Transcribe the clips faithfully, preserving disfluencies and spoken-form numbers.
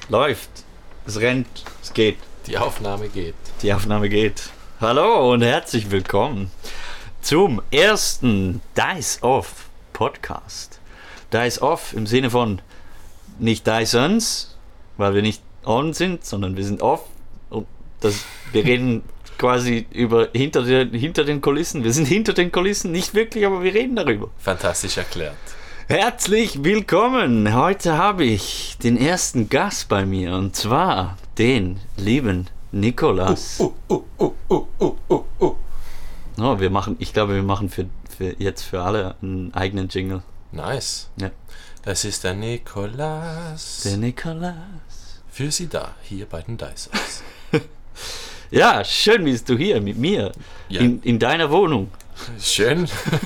läuft. Es rennt. Es geht. Die Aufnahme geht. Die Aufnahme geht. Hallo und herzlich willkommen zum ersten Dice Off Podcast. Dice Off im Sinne von nicht Dysons, weil wir nicht on sind, sondern wir sind off. Und das, wir reden quasi über hinter den, hinter den Kulissen. Wir sind hinter den Kulissen, nicht wirklich, aber wir reden darüber. Fantastisch erklärt. Herzlich willkommen. Heute habe ich den ersten Gast bei mir und zwar den lieben Nikolas. Uh, uh, uh, uh, uh, uh, uh. Oh, wir machen, ich glaube, wir machen für, für jetzt für alle einen eigenen Jingle. Nice. Ja. Das ist der Nikolas. Der Nikolas. Für Sie da, hier bei den Dicers. Ja, schön bist du hier mit mir. Ja. In, in deiner Wohnung. Schön.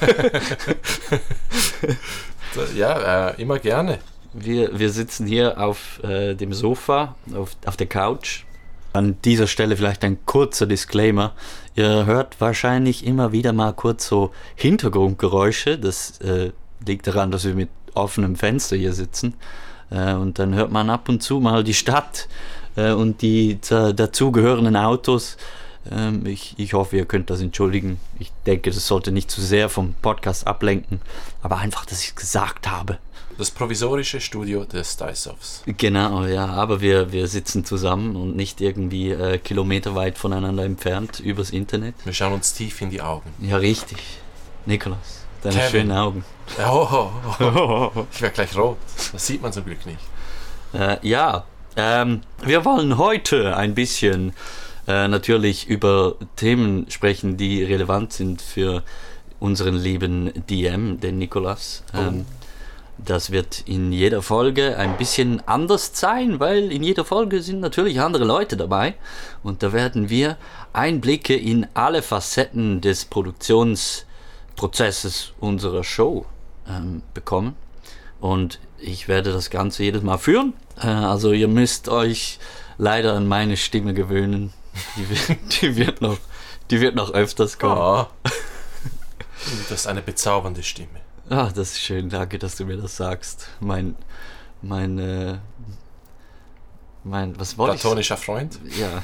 Ja, äh, immer gerne. Wir, wir sitzen hier auf äh, dem Sofa, auf, auf der Couch. An dieser Stelle vielleicht ein kurzer Disclaimer. Ihr hört wahrscheinlich immer wieder mal kurz so Hintergrundgeräusche. Das äh, liegt daran, dass wir mit offenem Fenster hier sitzen. Äh, und dann hört man ab und zu mal die Stadt äh, und die z- dazugehörenden Autos. Ähm, ich, ich hoffe, ihr könnt das entschuldigen. Ich denke, das sollte nicht zu sehr vom Podcast ablenken. Aber einfach, dass ich es gesagt habe. Das provisorische Studio des Dice-Offs. Genau, ja, aber wir, wir sitzen zusammen und nicht irgendwie äh, kilometerweit voneinander entfernt übers Internet. Wir schauen uns tief in die Augen. Ja, richtig. Nikolas, deine Kevin. schönen Augen. Oh, oh, oh. Ich werde gleich rot. Das sieht man zum Glück nicht. Äh, ja, ähm, wir wollen heute ein bisschen äh, natürlich über Themen sprechen, die relevant sind für unseren lieben D M, den Nikolas. Ähm, Oh. Das wird in jeder Folge ein bisschen anders sein, weil in jeder Folge sind natürlich andere Leute dabei und da werden wir Einblicke in alle Facetten des Produktionsprozesses unserer Show ähm, bekommen und ich werde das Ganze jedes Mal führen, äh, also ihr müsst euch leider an meine Stimme gewöhnen, die wird, die wird, noch, die wird noch öfters kommen. Oh. Das ist eine bezaubernde Stimme. Ah, das ist schön, danke, dass du mir das sagst. Mein, mein, äh, mein, was wollte ich? Platonischer Freund? Ja.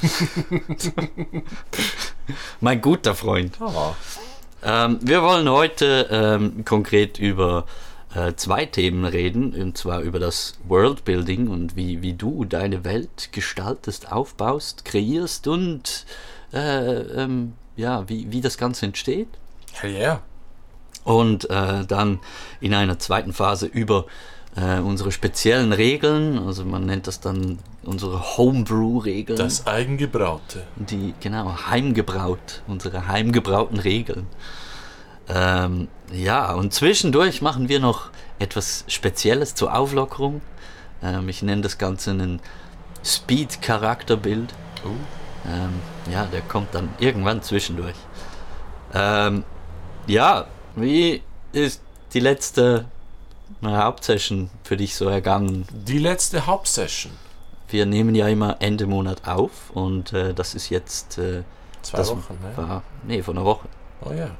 Mein guter Freund. Oh. Ähm, wir wollen heute ähm, konkret über äh, zwei Themen reden, und zwar über das Worldbuilding und wie, wie du deine Welt gestaltest, aufbaust, kreierst und äh, ähm, ja, wie, wie das Ganze entsteht. Hell yeah. Und äh, dann in einer zweiten Phase über äh, unsere speziellen Regeln, also man nennt das dann unsere Homebrew-Regeln. Das Eigengebraute. Die, genau, heimgebraut, unsere heimgebrauten Regeln. Ähm, ja, und zwischendurch machen wir noch etwas Spezielles zur Auflockerung. Ähm, ich nenne das Ganze einen Speed-Charakterbild. Uh. Ähm, ja, der kommt dann irgendwann zwischendurch. Ähm, ja, wie ist die letzte Hauptsession für dich so ergangen? Die letzte Hauptsession. Wir nehmen ja immer Ende Monat auf und äh, das ist jetzt äh, Zwei das Wochen, ne? war, nee, vor einer Woche. Oh ja.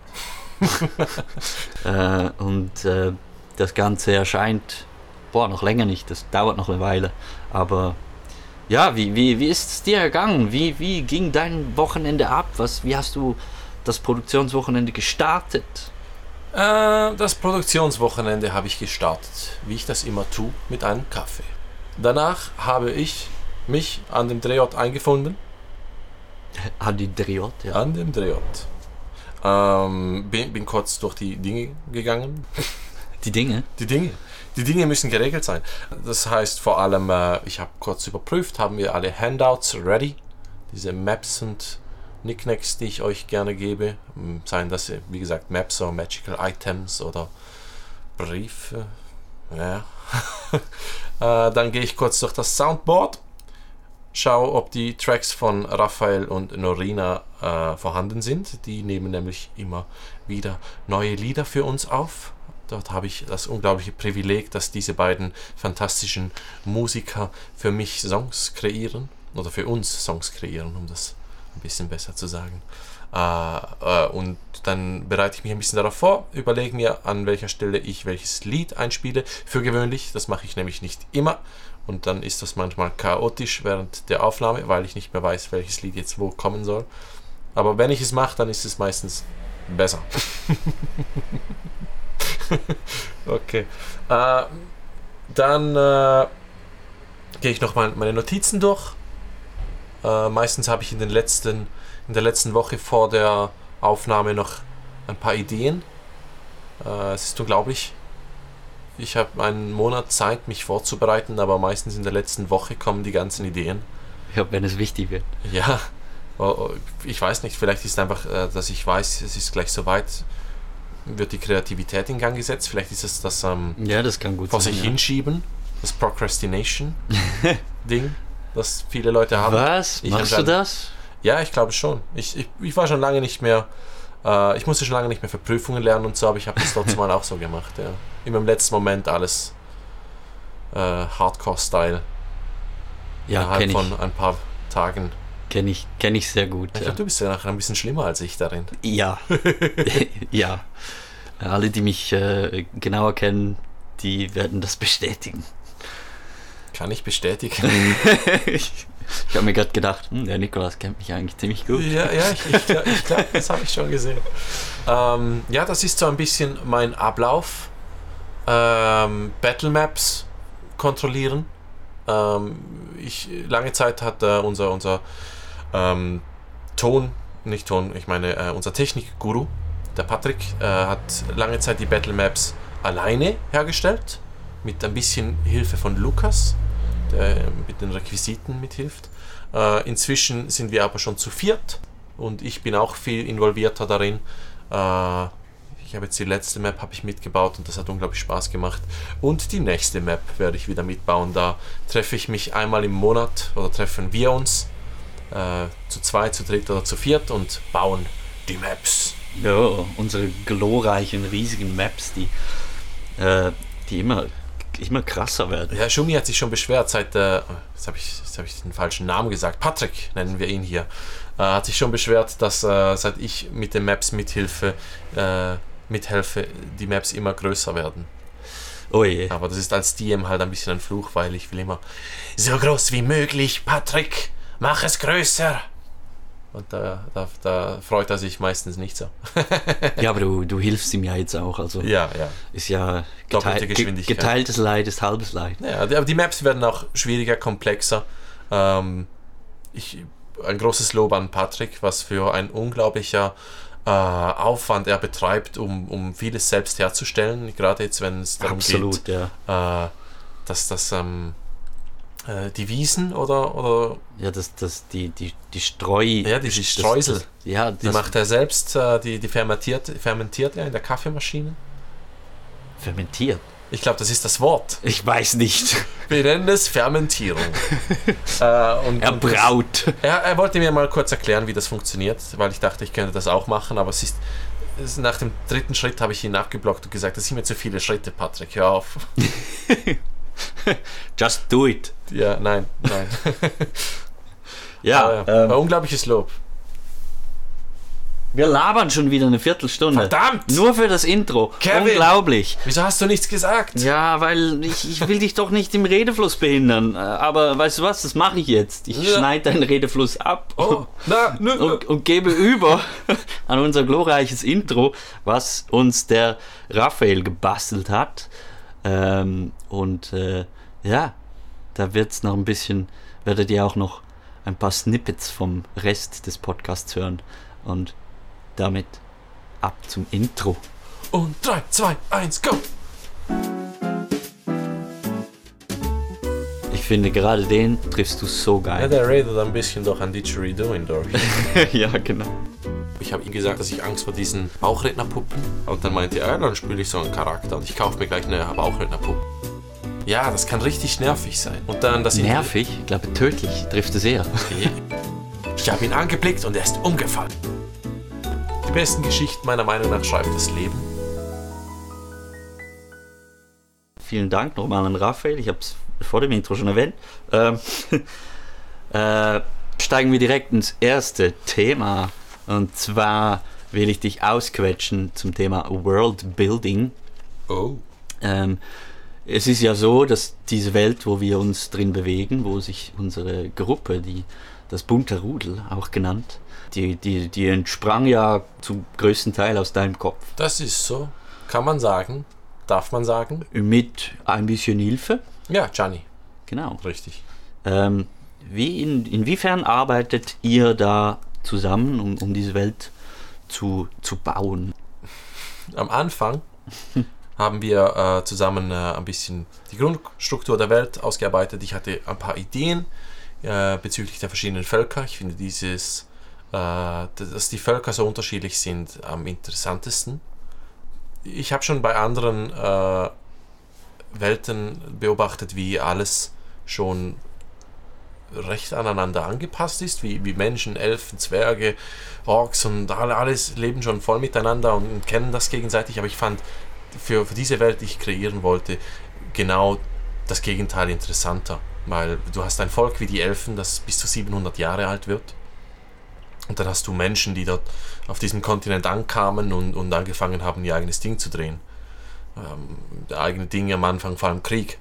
Äh, und äh, das Ganze erscheint, boah, noch länger nicht, das dauert noch eine Weile. Aber ja, wie, wie, wie ist es dir ergangen? Wie, wie ging dein Wochenende ab? Was, wie hast du das Produktionswochenende gestartet? Äh, das Produktionswochenende habe ich gestartet, wie ich das immer tue, mit einem Kaffee. Danach habe ich mich an dem Drehort eingefunden. An die Drehort, ja. An dem Drehort. Ähm, bin, bin kurz durch die Dinge gegangen. Die Dinge? Die Dinge. Die Dinge müssen geregelt sein. Das heißt vor allem, äh, ich habe kurz überprüft, haben wir alle Handouts ready. Diese Maps und Knickknacks, die ich euch gerne gebe, seien das, wie gesagt, Maps oder Magical Items oder Briefe. Ja. äh, dann gehe ich kurz durch das Soundboard, schaue, ob die Tracks von Raphael und Norina äh, vorhanden sind. Die nehmen nämlich immer wieder neue Lieder für uns auf. Dort habe ich das unglaubliche Privileg, dass diese beiden fantastischen Musiker für mich Songs kreieren, oder für uns Songs kreieren, um das ein bisschen besser zu sagen. Äh, äh, und dann bereite ich mich ein bisschen darauf vor, überlege mir, an welcher Stelle ich welches Lied einspiele. Für gewöhnlich, das mache ich nämlich nicht immer. und dann ist das manchmal chaotisch während der Aufnahme, weil ich nicht mehr weiß, welches Lied jetzt wo kommen soll. Aber wenn ich es mache, dann ist es meistens besser. Okay. Äh, dann äh, gehe ich noch mal meine Notizen durch. Äh, meistens habe ich in, den letzten, in der letzten Woche vor der Aufnahme noch ein paar Ideen. Äh, es ist unglaublich. Ich habe einen Monat Zeit, mich vorzubereiten, aber meistens in der letzten Woche kommen die ganzen Ideen. Ja, wenn es wichtig wird. Ja, ich weiß nicht, vielleicht ist es einfach, dass ich weiß, es ist gleich soweit, wird die Kreativität in Gang gesetzt. Vielleicht ist es das ähm, ja, das kann gut vor sein, sich ja. hinschieben, das Procrastination-Ding, das viele Leute haben. Was? Ich Machst du das? Ja, ich glaube schon. Ich, ich, ich war schon lange nicht mehr, äh, ich musste schon lange nicht mehr für Prüfungen lernen und so, aber ich habe das trotzdem mal auch so gemacht. Ja. Immer im letzten Moment alles äh, Hardcore-Style. Ja, innerhalb kenn ich. von ein paar Tagen. Kenne ich, kenn ich sehr gut. Ich ja. glaube, du bist ja nachher ein bisschen schlimmer als ich darin. Ja. Ja. Alle, die mich äh, genauer kennen, die werden das bestätigen. Kann ich bestätigen. ich ich habe mir gerade gedacht, hm, der Nikolaus kennt mich eigentlich ziemlich gut. Ja, ja, ich, ich, glaub, ich glaube, das habe ich schon gesehen. Ähm, ja, das ist so ein bisschen mein Ablauf. Ähm, Battle Maps kontrollieren. Ähm, ich, lange Zeit hat äh, unser, unser ähm, Ton, nicht Ton, ich meine äh, unser Technikguru, der Patrick, äh, hat lange Zeit die Battle Maps alleine hergestellt, mit ein bisschen Hilfe von Lukas, der mit den Requisiten mithilft. Äh, inzwischen sind wir aber schon zu viert und ich bin auch viel involvierter darin. Äh, ich habe jetzt die letzte Map habe ich mitgebaut und das hat unglaublich Spaß gemacht. Und die nächste Map werde ich wieder mitbauen. Da treffe ich mich einmal im Monat oder treffen wir uns äh, zu zweit, zu dritt oder zu viert und bauen die Maps. Ja, unsere glorreichen, riesigen Maps, die, äh, die immer, immer krasser werden. Ja, Schumi hat sich schon beschwert, seit, äh, jetzt habe ich, jetzt hab ich den falschen Namen gesagt, Patrick nennen wir ihn hier, äh, hat sich schon beschwert, dass äh, seit ich mit den Maps mithilfe, äh, mithelfe, die Maps immer größer werden. Oh je. Aber das ist als D M halt ein bisschen ein Fluch, weil ich will immer so groß wie möglich, Patrick, mach es größer. Und da, da, da freut er sich meistens nicht so. Ja, aber du, du hilfst ihm ja jetzt auch, also Ja, ja. ist ja Doppelte geteil, Geschwindigkeit. geteiltes Leid ist halbes Leid. Ja, aber die Maps werden auch schwieriger, komplexer. Ähm, ich, ein großes Lob an Patrick, was für ein unglaublicher äh, Aufwand er betreibt, um, um vieles selbst herzustellen. Gerade jetzt, wenn es darum Absolut, geht, ja. äh, dass das ähm, äh, die Wiesen oder, oder Ja, das, das, die, die, die Streu... ja, die das, Streusel, das, ja, die das macht er selbst, äh, die, die fermentiert, fermentiert er in der Kaffeemaschine. fermentiert. Ich glaube, das ist das Wort. Ich weiß nicht. Wir nennen es Fermentierung. äh, und, Er und braut. das, er, er wollte mir mal kurz erklären, wie das funktioniert, weil ich dachte, ich könnte das auch machen, aber es ist, es ist nach dem dritten Schritt habe ich ihn abgeblockt und gesagt, das sind mir zu viele Schritte, Patrick, hör auf. Just do it. Ja, nein, nein. Ja, Aber, ja. ähm, War unglaubliches Lob. wir labern schon wieder eine Viertelstunde. Verdammt! Nur für das Intro. Kevin! Unglaublich. Wieso hast du nichts gesagt? Ja, weil ich, ich will dich doch nicht im Redefluss behindern. Aber weißt du was, das mache ich jetzt. Ich Ja. schneide deinen Redefluss ab Oh, na, nö, nö. und, und gebe über an unser glorreiches Intro, was uns der Raphael gebastelt hat. Ähm, und äh, ja, da wird's noch ein bisschen, werdet ihr auch noch ein paar Snippets vom Rest des Podcasts hören. Und damit ab zum Intro. Und drei, zwei, eins, go! Ich finde, gerade den triffst du so Ja, geil. der redet ein bisschen doch an Didgeridoo in Dorf. Ja, genau. Ich habe ihm gesagt, dass ich Angst vor diesen Bauchrednerpuppen. Und dann meinte er, ja, dann spiele ich so einen Charakter und ich kaufe mir gleich eine Bauchrednerpuppe. Ja, das kann richtig nervig sein. Und dann das Nervig, ich glaube tödlich, trifft es eher. Ich habe ihn angeblickt und er ist umgefallen. Die besten Geschichten meiner Meinung nach schreibt das Leben. Vielen Dank nochmal an Raphael, ich habe es vor dem Intro schon erwähnt. Ähm, äh, steigen wir direkt ins erste Thema. Und zwar will ich dich ausquetschen zum Thema World Building. Oh. Ähm, es ist ja so, dass diese Welt, wo wir uns drin bewegen, wo sich unsere Gruppe, die, das bunte Rudel auch genannt, die, die, die entsprang ja zum größten Teil aus deinem Kopf. Das ist so, kann man sagen, darf man sagen. Mit ein bisschen Hilfe. Ja, Gianni. Genau. Richtig. Ähm, wie in, inwiefern arbeitet ihr da zusammen, um, um diese Welt zu, zu bauen? Am Anfang haben wir äh, zusammen äh, ein bisschen die Grundstruktur der Welt ausgearbeitet. Ich hatte ein paar Ideen äh, bezüglich der verschiedenen Völker. Ich finde dieses, äh, dass die Völker so unterschiedlich sind, am interessantesten. Ich habe schon bei anderen äh, Welten beobachtet, wie alles schon recht aneinander angepasst ist, wie, wie Menschen, Elfen, Zwerge, Orks und alle, alles leben schon voll miteinander und, und kennen das gegenseitig, aber ich fand für, für diese Welt, die ich kreieren wollte, genau das Gegenteil interessanter, weil du hast ein Volk wie die Elfen, das bis zu siebenhundert Jahre alt wird, und dann hast du Menschen, die dort auf diesem Kontinent ankamen und, und angefangen haben, ihr eigenes Ding zu drehen. Ähm, eigene Dinge am Anfang, vor allem Krieg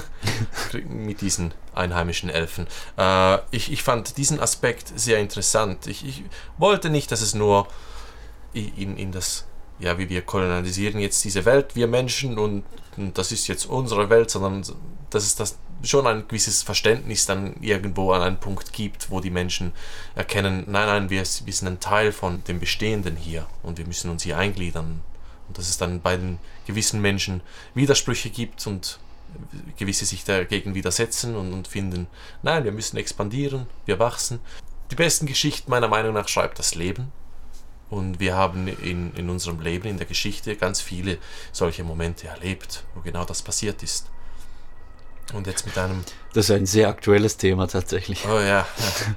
mit diesen einheimischen Elfen. Äh, ich, ich fand diesen Aspekt sehr interessant. Ich, ich wollte nicht, dass es nur in, in das, ja, wie wir kolonialisieren jetzt diese Welt, wir Menschen, und, und das ist jetzt unsere Welt, sondern dass es das schon ein gewisses Verständnis dann irgendwo an einen Punkt gibt, wo die Menschen erkennen, nein, nein, wir, wir sind ein Teil von dem Bestehenden hier und wir müssen uns hier eingliedern. Und dass es dann bei den gewissen Menschen Widersprüche gibt und gewisse sich dagegen widersetzen und, und finden, nein, wir müssen expandieren, wir wachsen. Die besten Geschichten meiner Meinung nach schreibt das Leben. Und wir haben in, in unserem Leben, in der Geschichte, ganz viele solche Momente erlebt, wo genau das passiert ist. Und jetzt mit einem... Das ist ein sehr aktuelles Thema tatsächlich. Oh ja.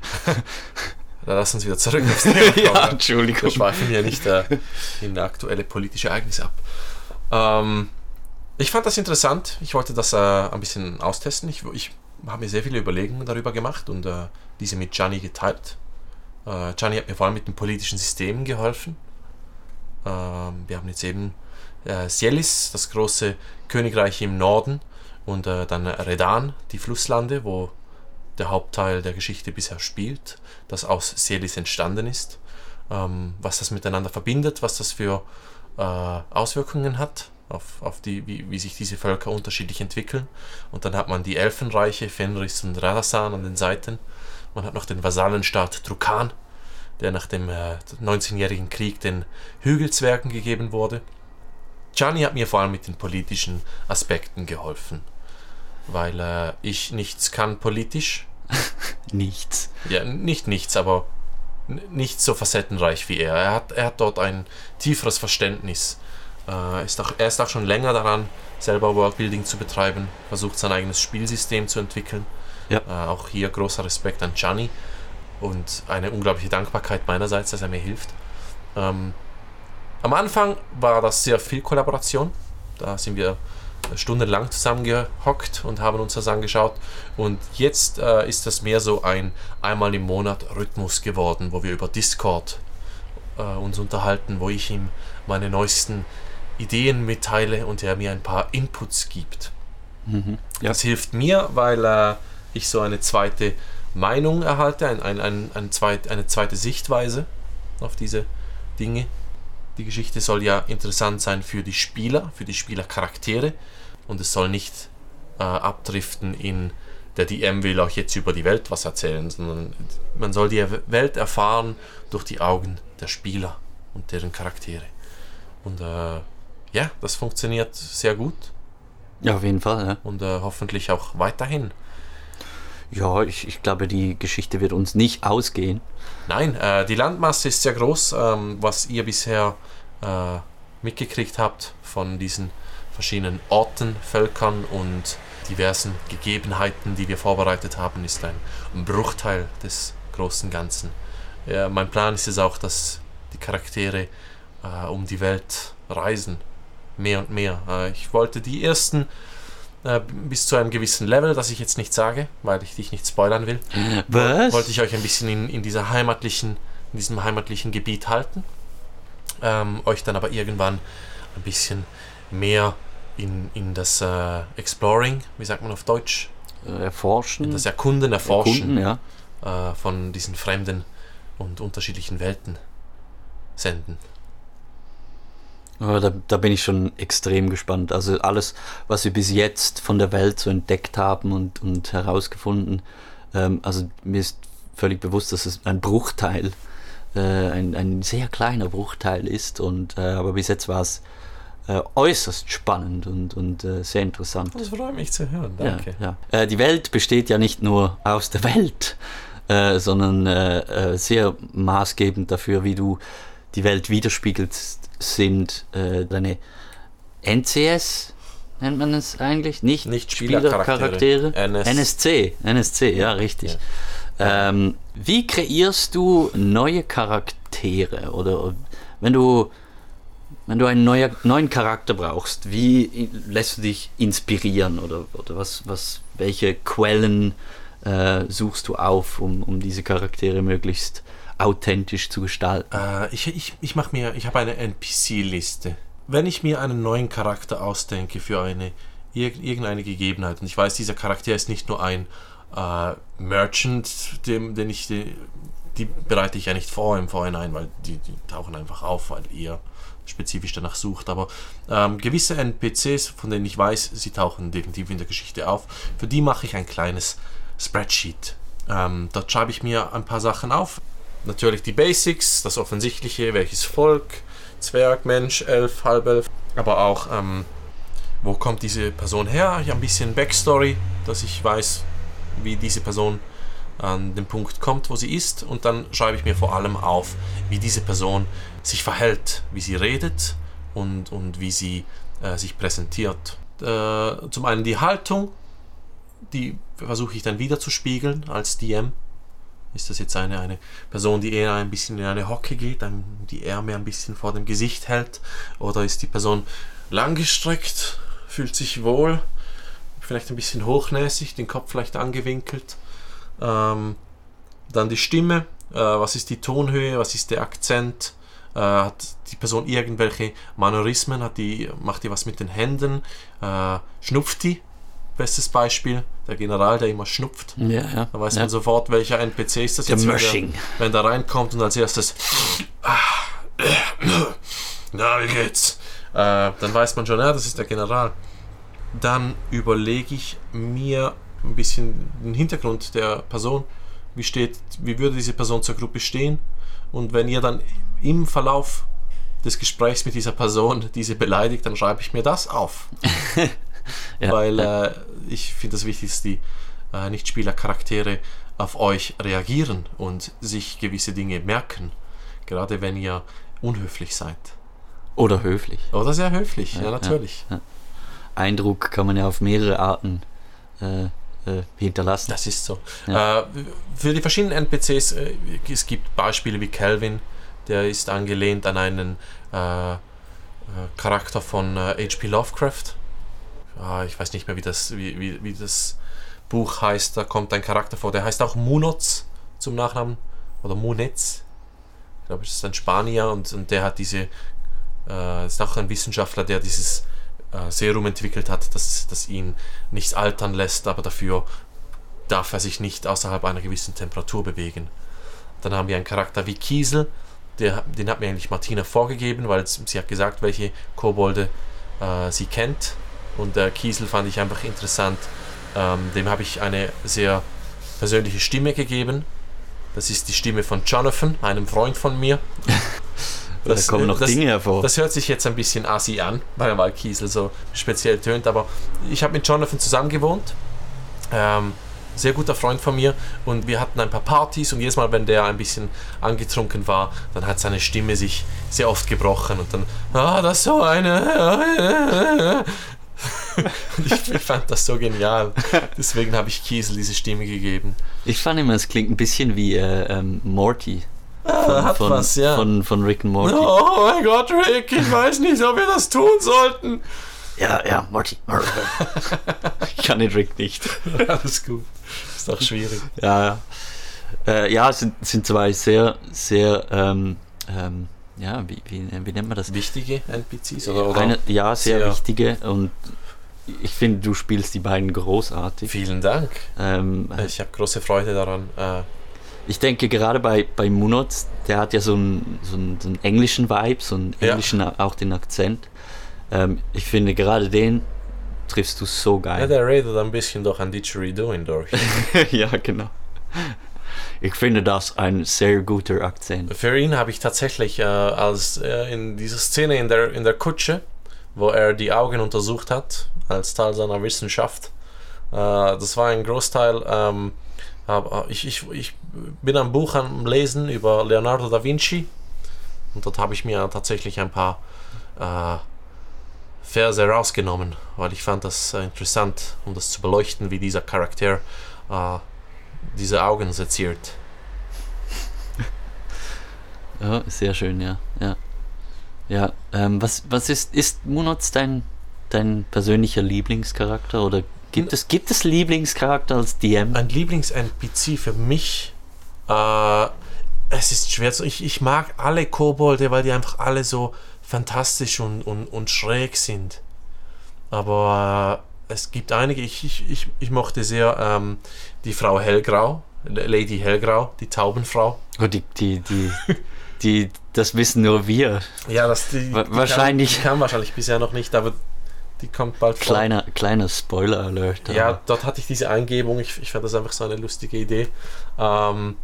Dann lass uns wieder zurück aufs Thema kommen. Ja, Entschuldigung. Wir schweifen ja nicht äh, in aktuelle politische Ereignisse ab. Ähm, ich fand das interessant. Ich wollte das äh, ein bisschen austesten. Ich, ich habe mir sehr viele Überlegungen darüber gemacht und äh, diese mit Gianni geteilt. Äh, Gianni hat mir vor allem mit den politischen Systemen geholfen. Ähm, wir haben jetzt eben äh, Sielis, das große Königreich im Norden, und äh, dann Redan, die Flusslande, wo der Hauptteil der Geschichte bisher spielt, das aus Sielis entstanden ist, ähm, was das miteinander verbindet, was das für äh, Auswirkungen hat, auf, auf die, wie, wie sich diese Völker unterschiedlich entwickeln. Und dann hat man die Elfenreiche, Fenris und Radazan an den Seiten. Man hat noch den Vasallenstaat Trukan, der nach dem äh, neunzehnjährigen Krieg den Hügelzwergen gegeben wurde. Gianni hat mir vor allem mit den politischen Aspekten geholfen, weil äh, ich nichts kann politisch. Nichts. Ja, nicht nichts, aber n- nicht so facettenreich wie er. Er hat, er hat dort ein tieferes Verständnis. Äh, ist auch, er ist auch schon länger daran, selber Worldbuilding zu betreiben, versucht sein eigenes Spielsystem zu entwickeln. Ja. Äh, auch hier großer Respekt an Gianni und eine unglaubliche Dankbarkeit meinerseits, dass er mir hilft. Ähm, am Anfang war das sehr viel Kollaboration. Da sind wir stundenlang zusammengehockt und haben uns das angeschaut. Und jetzt äh, ist das mehr so ein einmal im Monat Rhythmus geworden, wo wir über Discord äh, uns unterhalten, wo ich ihm meine neuesten Ideen mitteile und er mir ein paar Inputs gibt. Mhm. Ja. Das hilft mir, weil äh, ich so eine zweite Meinung erhalte, ein, ein, ein, ein zweit, eine zweite Sichtweise auf diese Dinge. Die Geschichte soll ja interessant sein für die Spieler, für die Spielercharaktere, und es soll nicht äh, abdriften in der D M will euch jetzt über die Welt was erzählen, sondern man soll die Welt erfahren durch die Augen der Spieler und deren Charaktere. Und äh, ja, das funktioniert sehr gut. Ja, auf jeden Fall. Ja, und äh, hoffentlich auch weiterhin. ja ich, ich glaube, die Geschichte wird uns nicht ausgehen. Nein, äh, die Landmasse ist sehr groß, ähm, was ihr bisher äh, mitgekriegt habt von diesen verschiedenen Orten, Völkern und diversen Gegebenheiten, die wir vorbereitet haben, ist ein, ein Bruchteil des großen Ganzen. Ja, mein Plan ist es auch, dass die Charaktere äh, um die Welt reisen, mehr und mehr. Äh, ich wollte die ersten äh, bis zu einem gewissen Level, das ich jetzt nicht sage, weil ich dich nicht spoilern will, Was? wollte ich euch ein bisschen in, in dieser heimatlichen, in diesem heimatlichen Gebiet halten, ähm, euch dann aber irgendwann ein bisschen mehr in, in das äh, Exploring, wie sagt man auf Deutsch? Erforschen. In das Erkunden, Erforschen Erkunden, ja. äh, von diesen fremden und unterschiedlichen Welten senden. Ja, da, da bin ich schon extrem gespannt. Also alles, was wir bis jetzt von der Welt so entdeckt haben und, und herausgefunden, ähm, also mir ist völlig bewusst, dass es ein Bruchteil, äh, ein, ein sehr kleiner Bruchteil ist, und, äh, aber bis jetzt war es äh, äußerst spannend und, und äh, sehr interessant. Das freut mich zu hören, danke. Ja, ja. Äh, die Welt besteht ja nicht nur aus der Welt, äh, sondern äh, äh, sehr maßgebend dafür, wie du die Welt widerspiegelst, sind äh, deine N C S, nennt man es eigentlich? Nicht, Nicht Spielercharaktere. N S N S C, N S C, ja, richtig. Ja. Ähm, wie kreierst du neue Charaktere? Oder wenn du, wenn du einen neuer, neuen Charakter brauchst, wie lässt du dich inspirieren? Oder, oder was, was, welche Quellen äh, suchst du auf, um, um diese Charaktere möglichst authentisch zu gestalten? Äh, ich ich, ich mache mir, ich habe eine N P C-Liste. Wenn ich mir einen neuen Charakter ausdenke für eine irgendeine Gegebenheit, und ich weiß, dieser Charakter ist nicht nur ein äh, Merchant, dem, den ich, die, die bereite ich ja nicht vor im Vorhinein, weil die, die tauchen einfach auf, weil ihr spezifisch danach sucht. Aber ähm, gewisse N P Cs, von denen ich weiß, sie tauchen definitiv in der Geschichte auf, für die mache ich ein kleines Spreadsheet. Ähm, dort schreibe ich mir ein paar Sachen auf. Natürlich die Basics, das Offensichtliche, welches Volk, Zwerg, Mensch, Elf, Halbelf, aber auch, ähm, wo kommt diese Person her? Ich habe ein bisschen Backstory, dass ich weiß, wie diese Person an den Punkt kommt, wo sie ist, und dann schreibe ich mir vor allem auf, wie diese Person sich verhält, wie sie redet und, und wie sie äh, sich präsentiert. Äh, zum einen die Haltung, die versuche ich dann wieder zu spiegeln als D M. Ist das jetzt eine, eine Person, die eher ein bisschen in eine Hocke geht, die Ärmel ein bisschen vor dem Gesicht hält? Oder ist die Person langgestreckt, fühlt sich wohl, vielleicht ein bisschen hochnäsig, den Kopf vielleicht angewinkelt? Ähm, dann die Stimme, äh, was ist die Tonhöhe, was ist der Akzent? Äh, hat die Person irgendwelche Mannerismen, hat die, macht die was mit den Händen? Äh, schnupft die? Bestes Beispiel, der General, der immer schnupft. Ja, ja. Da weiß ja. man sofort, welcher N P C ist das der jetzt, wenn der, wenn der reinkommt und als erstes na, wie geht's? Äh, dann weiß man schon, ja, das ist der General. Dann überlege ich mir ein bisschen den Hintergrund der Person. Wie steht, wie würde diese Person zur Gruppe stehen? Und wenn ihr dann im Verlauf des Gesprächs mit dieser Person diese beleidigt, dann schreibe ich mir das auf. Ja, weil äh, ich finde es wichtig, dass die äh, Nichtspieler-Charaktere auf euch reagieren und sich gewisse Dinge merken, gerade wenn ihr unhöflich seid. Oder höflich. Oder sehr höflich, ja, ja natürlich. Ja, ja. Eindruck kann man ja auf mehrere Arten äh, äh, hinterlassen. Das ist so. Ja. Äh, für die verschiedenen N P Cs, äh, es gibt Beispiele wie Calvin, der ist angelehnt an einen äh, äh, Charakter von äh, H P Lovecraft. Ah, ich weiß nicht mehr, wie das, wie, wie, wie das Buch heißt. Da kommt ein Charakter vor, der heißt auch Munoz zum Nachnamen. Oder Munez. Ich glaube, das ist ein Spanier, und, und der hat diese, äh, ist auch ein Wissenschaftler, der dieses äh, Serum entwickelt hat, das, das ihn nicht altern lässt, aber dafür darf er sich nicht außerhalb einer gewissen Temperatur bewegen. Dann haben wir einen Charakter wie Kiesel, der, den hat mir eigentlich Martina vorgegeben, weil sie hat gesagt, welche Kobolde äh, sie kennt. Und der Kiesel fand ich einfach interessant. Ähm, dem habe ich eine sehr persönliche Stimme gegeben. Das ist die Stimme von Jonathan, einem Freund von mir. Das, da kommen noch das, Dinge hervor. Das hört sich jetzt ein bisschen assi an, weil mal Kiesel so speziell tönt. Aber ich habe mit Jonathan zusammen gewohnt. Ähm, sehr guter Freund von mir. Und wir hatten ein paar Partys. Und jedes Mal, wenn der ein bisschen angetrunken war, dann hat seine Stimme sich sehr oft gebrochen. Und dann, ah, das ist so eine... ich, ich fand das so genial. Deswegen habe ich Kiesel diese Stimme gegeben. Ich fand immer, es klingt ein bisschen wie äh, ähm, Morty. Ah, von, hat von, was, ja. Von, von Rick and Morty. Oh mein Gott, Rick, ich weiß nicht, ob wir das tun sollten. Ja, ja, Morty. Ich kann den Rick nicht. Alles gut. Ist doch schwierig. Ja, ja. Äh, ja, es sind, sind zwei sehr, sehr ähm, ähm, ja, wie, wie, wie nennt man das? Wichtige N P Cs? Oder, oder? Eine, ja, sehr, sehr wichtige und ich finde, du spielst die beiden großartig. Vielen Dank. Ähm, ich habe große Freude daran. Äh, ich denke gerade bei, bei Munot, der hat ja so einen, so einen, so einen englischen Vibe, so einen englischen, ja. auch den Akzent. Ähm, ich finde, gerade den triffst du so geil. Ja, der redet ein bisschen durch ein Didgeridoo hindurch. Ja, genau. Ich finde das ein sehr guter Akzent. Für ihn habe ich tatsächlich äh, als äh, in dieser Szene in der, in der Kutsche, wo er die Augen untersucht hat, als Teil seiner Wissenschaft, äh, das war ein Großteil. Ähm, aber ich, ich, ich bin ein Buch am Lesen über Leonardo da Vinci und dort habe ich mir tatsächlich ein paar äh, Verse rausgenommen, weil ich fand das äh, interessant, um das zu beleuchten, wie dieser Charakter äh, diese Augen seziert. Ja, sehr schön, ja. Ja, ja ähm, was, was ist, ist Munot dein, dein persönlicher Lieblingscharakter oder gibt es, gibt es Lieblingscharakter als D M? Ein Lieblings-N P C für mich, äh, es ist schwer zu, ich, ich mag alle Kobolde, weil die einfach alle so fantastisch und, und, und schräg sind. Aber äh, es gibt einige, ich, ich, ich, ich mochte sehr ähm, die Frau Hellgrau, Lady Hellgrau, die Taubenfrau. Oh, die, die, die, die, das wissen nur wir. Ja, das die, Wa- wahrscheinlich. Die kam, die kam wahrscheinlich bisher noch nicht, aber die kommt bald vor. Kleiner, kleiner Spoiler-Alert. Ja, aber. dort hatte ich diese Eingebung, ich, ich fand das einfach so eine lustige Idee. Ähm,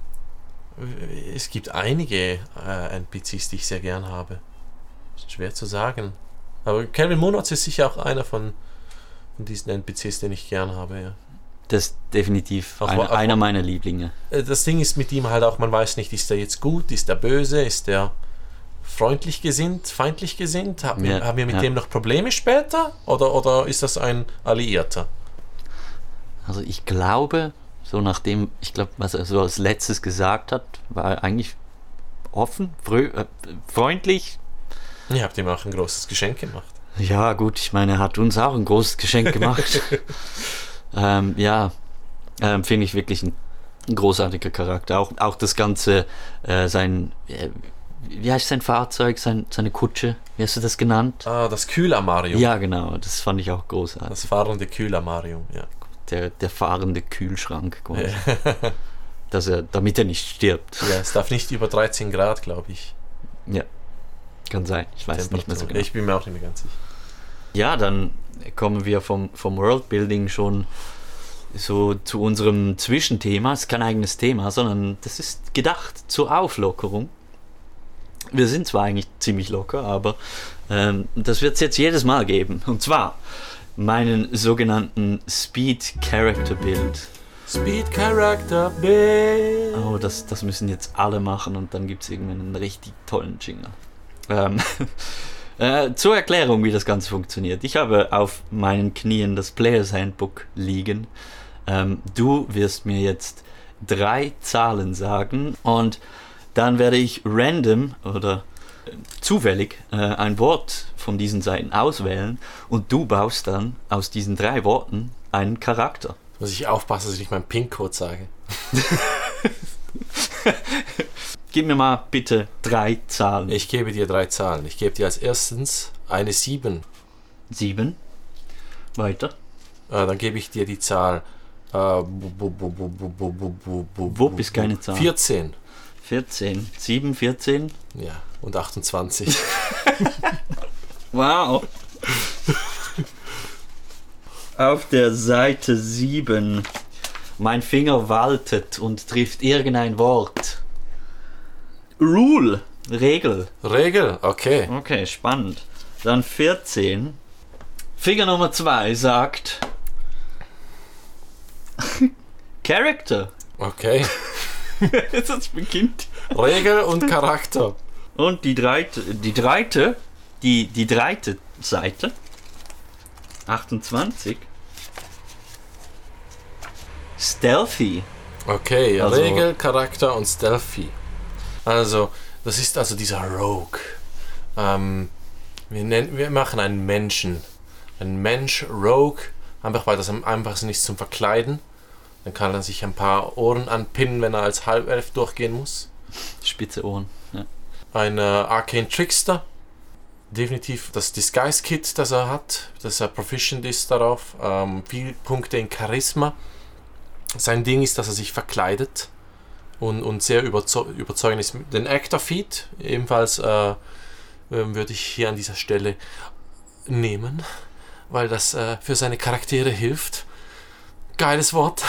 es gibt einige äh, N P Cs, die ich sehr gern habe. Ist schwer zu sagen. Aber Kelvin Munot ist sicher auch einer von, von diesen N P Cs, den ich gern habe, ja. Das ist definitiv Auch- einer, auch- einer meiner Lieblinge. Das Ding ist mit ihm halt auch, man weiß nicht, ist der jetzt gut, ist der böse, ist der freundlich gesinnt, feindlich gesinnt? Haben, Ja, wir, haben wir mit ja. dem noch Probleme später? Oder, oder ist das ein Alliierter? Also ich glaube, so nachdem, ich glaube, was er so als letztes gesagt hat, war er eigentlich offen, frö- äh, freundlich. Ihr habt ihm auch ein großes Geschenk gemacht. Ja gut, ich meine, er hat uns auch ein großes Geschenk gemacht. ähm, ja, ähm, finde ich wirklich ein, ein großartiger Charakter. Auch, auch das Ganze, äh, sein, äh, wie heißt sein Fahrzeug, sein, seine Kutsche, wie hast du das genannt? Ah, das Kühlamarium. Ja genau, das fand ich auch großartig. Das fahrende Kühlamarium, ja. Der, der fahrende Kühlschrank quasi. Dass er, damit er nicht stirbt. Ja, es darf nicht über dreizehn Grad, glaube ich. Ja, kann sein. Ich weiß nicht mehr so genau. Ich bin mir auch nicht mehr ganz sicher. Ja, dann kommen wir vom, vom Worldbuilding schon so zu unserem Zwischenthema. Es ist kein eigenes Thema, sondern das ist gedacht zur Auflockerung. Wir sind zwar eigentlich ziemlich locker, aber ähm, das wird es jetzt jedes Mal geben. Und zwar meinen sogenannten Speed Character Build. Speed Character Build. Oh, das, das müssen jetzt alle machen und dann gibt es irgendwann einen richtig tollen Jingle. Ähm, äh, zur Erklärung, wie das Ganze funktioniert. Ich habe auf meinen Knien das Players Handbook liegen. Ähm, du wirst mir jetzt drei Zahlen sagen und dann werde ich random oder äh, zufällig äh, ein Wort von diesen Seiten auswählen und du baust dann aus diesen drei Worten einen Charakter. Muss ich aufpassen, dass ich nicht meinen PIN-Code sage. Gib mir mal bitte drei Zahlen. Ich gebe dir drei Zahlen. Ich gebe dir als erstens eine sieben. Sieben. Weiter. Äh, dann gebe ich dir die Zahl. Äh, bu- bu- bu- bu- bu- bu- bu- bu- bu- Wupp ist keine Zahl. vierzehn. vierzehn. sieben, vierzehn. Ja, und achtundzwanzig. Wow. Auf der Seite sieben. Mein Finger waltet und trifft irgendein Wort. Rule. Regel. Regel, okay. Okay, spannend. Dann vierzehn. Finger Nummer zwei sagt Character. Okay. Jetzt beginnt. Regel und Charakter. Und die dreite, die dreite, die, die dreite Seite, achtundzwanzig, Stealthy. Okay, Also- Regel, Charakter und Stealthy. Also, das ist also dieser Rogue. Ähm, wir, nennen, wir machen einen Menschen. Ein Mensch, Rogue, einfach weil das am einfachsten ist zum Verkleiden. Dann kann er sich ein paar Ohren anpinnen, wenn er als Halbelf durchgehen muss. Spitze Ohren. Ja. ein äh, Arcane Trickster. Definitiv das Disguise Kit, das er hat, dass er proficient ist darauf. Ähm, viele Punkte in Charisma. Sein Ding ist, dass er sich verkleidet und, und sehr überzeu- überzeugend ist. Den Actor Feat ebenfalls äh, würde ich hier an dieser Stelle nehmen, weil das äh, für seine Charaktere hilft. Geiles Wort.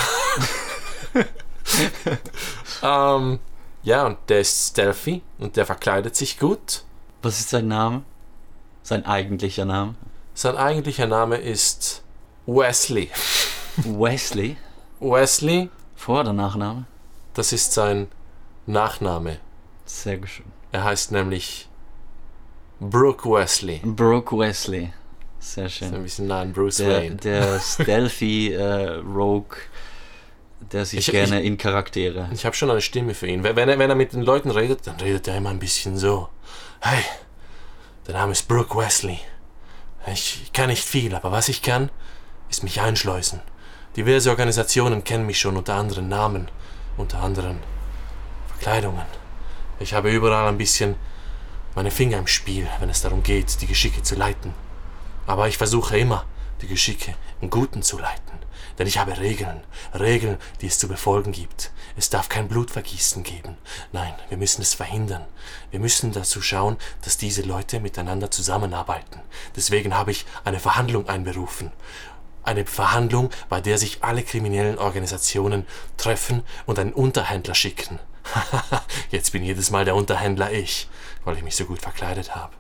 ähm, ja, und der ist stealthy und der verkleidet sich gut. Was ist sein Name? Sein eigentlicher Name? Sein eigentlicher Name ist Wesley. Wesley? Wesley. Vor- oder Nachname? Das ist sein Nachname. Sehr schön. Er heißt nämlich Brooke Wesley. Brooke Wesley. Sehr schön. Das ist ein bisschen nah an Bruce der, Wayne. Der stealthy äh, Rogue, der sich Ich- gerne ich- in Charaktere... Ich habe schon eine Stimme für ihn. Wenn er, wenn er mit den Leuten redet, dann redet er immer ein bisschen so. Hey, der Name ist Brooke Wesley. Ich, ich kann nicht viel, aber was ich kann, ist mich einschleusen. Diverse Organisationen kennen mich schon unter anderen Namen, unter anderen Verkleidungen. Ich habe überall ein bisschen meine Finger im Spiel, wenn es darum geht, die Geschicke zu leiten. Aber ich versuche immer, die Geschicke im Guten zu leiten. Denn ich habe Regeln, Regeln, die es zu befolgen gibt. Es darf kein Blutvergießen geben. Nein, wir müssen es verhindern. Wir müssen dazu schauen, dass diese Leute miteinander zusammenarbeiten. Deswegen habe ich eine Verhandlung einberufen. Eine Verhandlung, bei der sich alle kriminellen Organisationen treffen und einen Unterhändler schicken. Jetzt bin jedes Mal der Unterhändler ich, weil ich mich so gut verkleidet habe.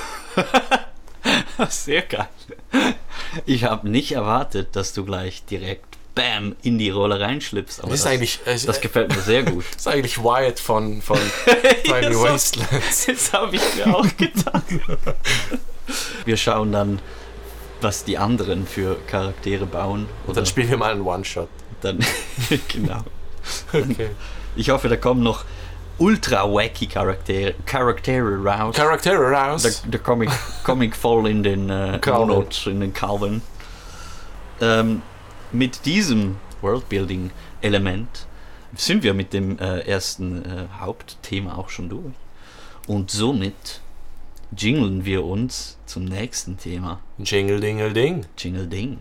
Sehr geil. Ich habe nicht erwartet, dass du gleich direkt Bam in die Rolle reinschlüpfst. Aber Das ist das, eigentlich, äh, das gefällt mir sehr gut. Das ist eigentlich Wyatt von, von Tiny so- Wastelands. Das habe ich mir auch gedacht. Wir schauen dann, was die anderen für Charaktere bauen. Und dann spielen wir mal einen One-Shot. dann genau. Okay. Ich hoffe, da kommen noch ultra wacky Charaktere, Charaktere raus. Charaktere raus. Der, der Comic, Comic voll in den äh, Calvin. Notes, in den Calvin. Ähm, mit diesem Worldbuilding-Element sind wir mit dem äh, ersten äh, Hauptthema auch schon durch. Und somit jingeln wir uns zum nächsten Thema. Jingle Dingle Ding. Jingle Ding.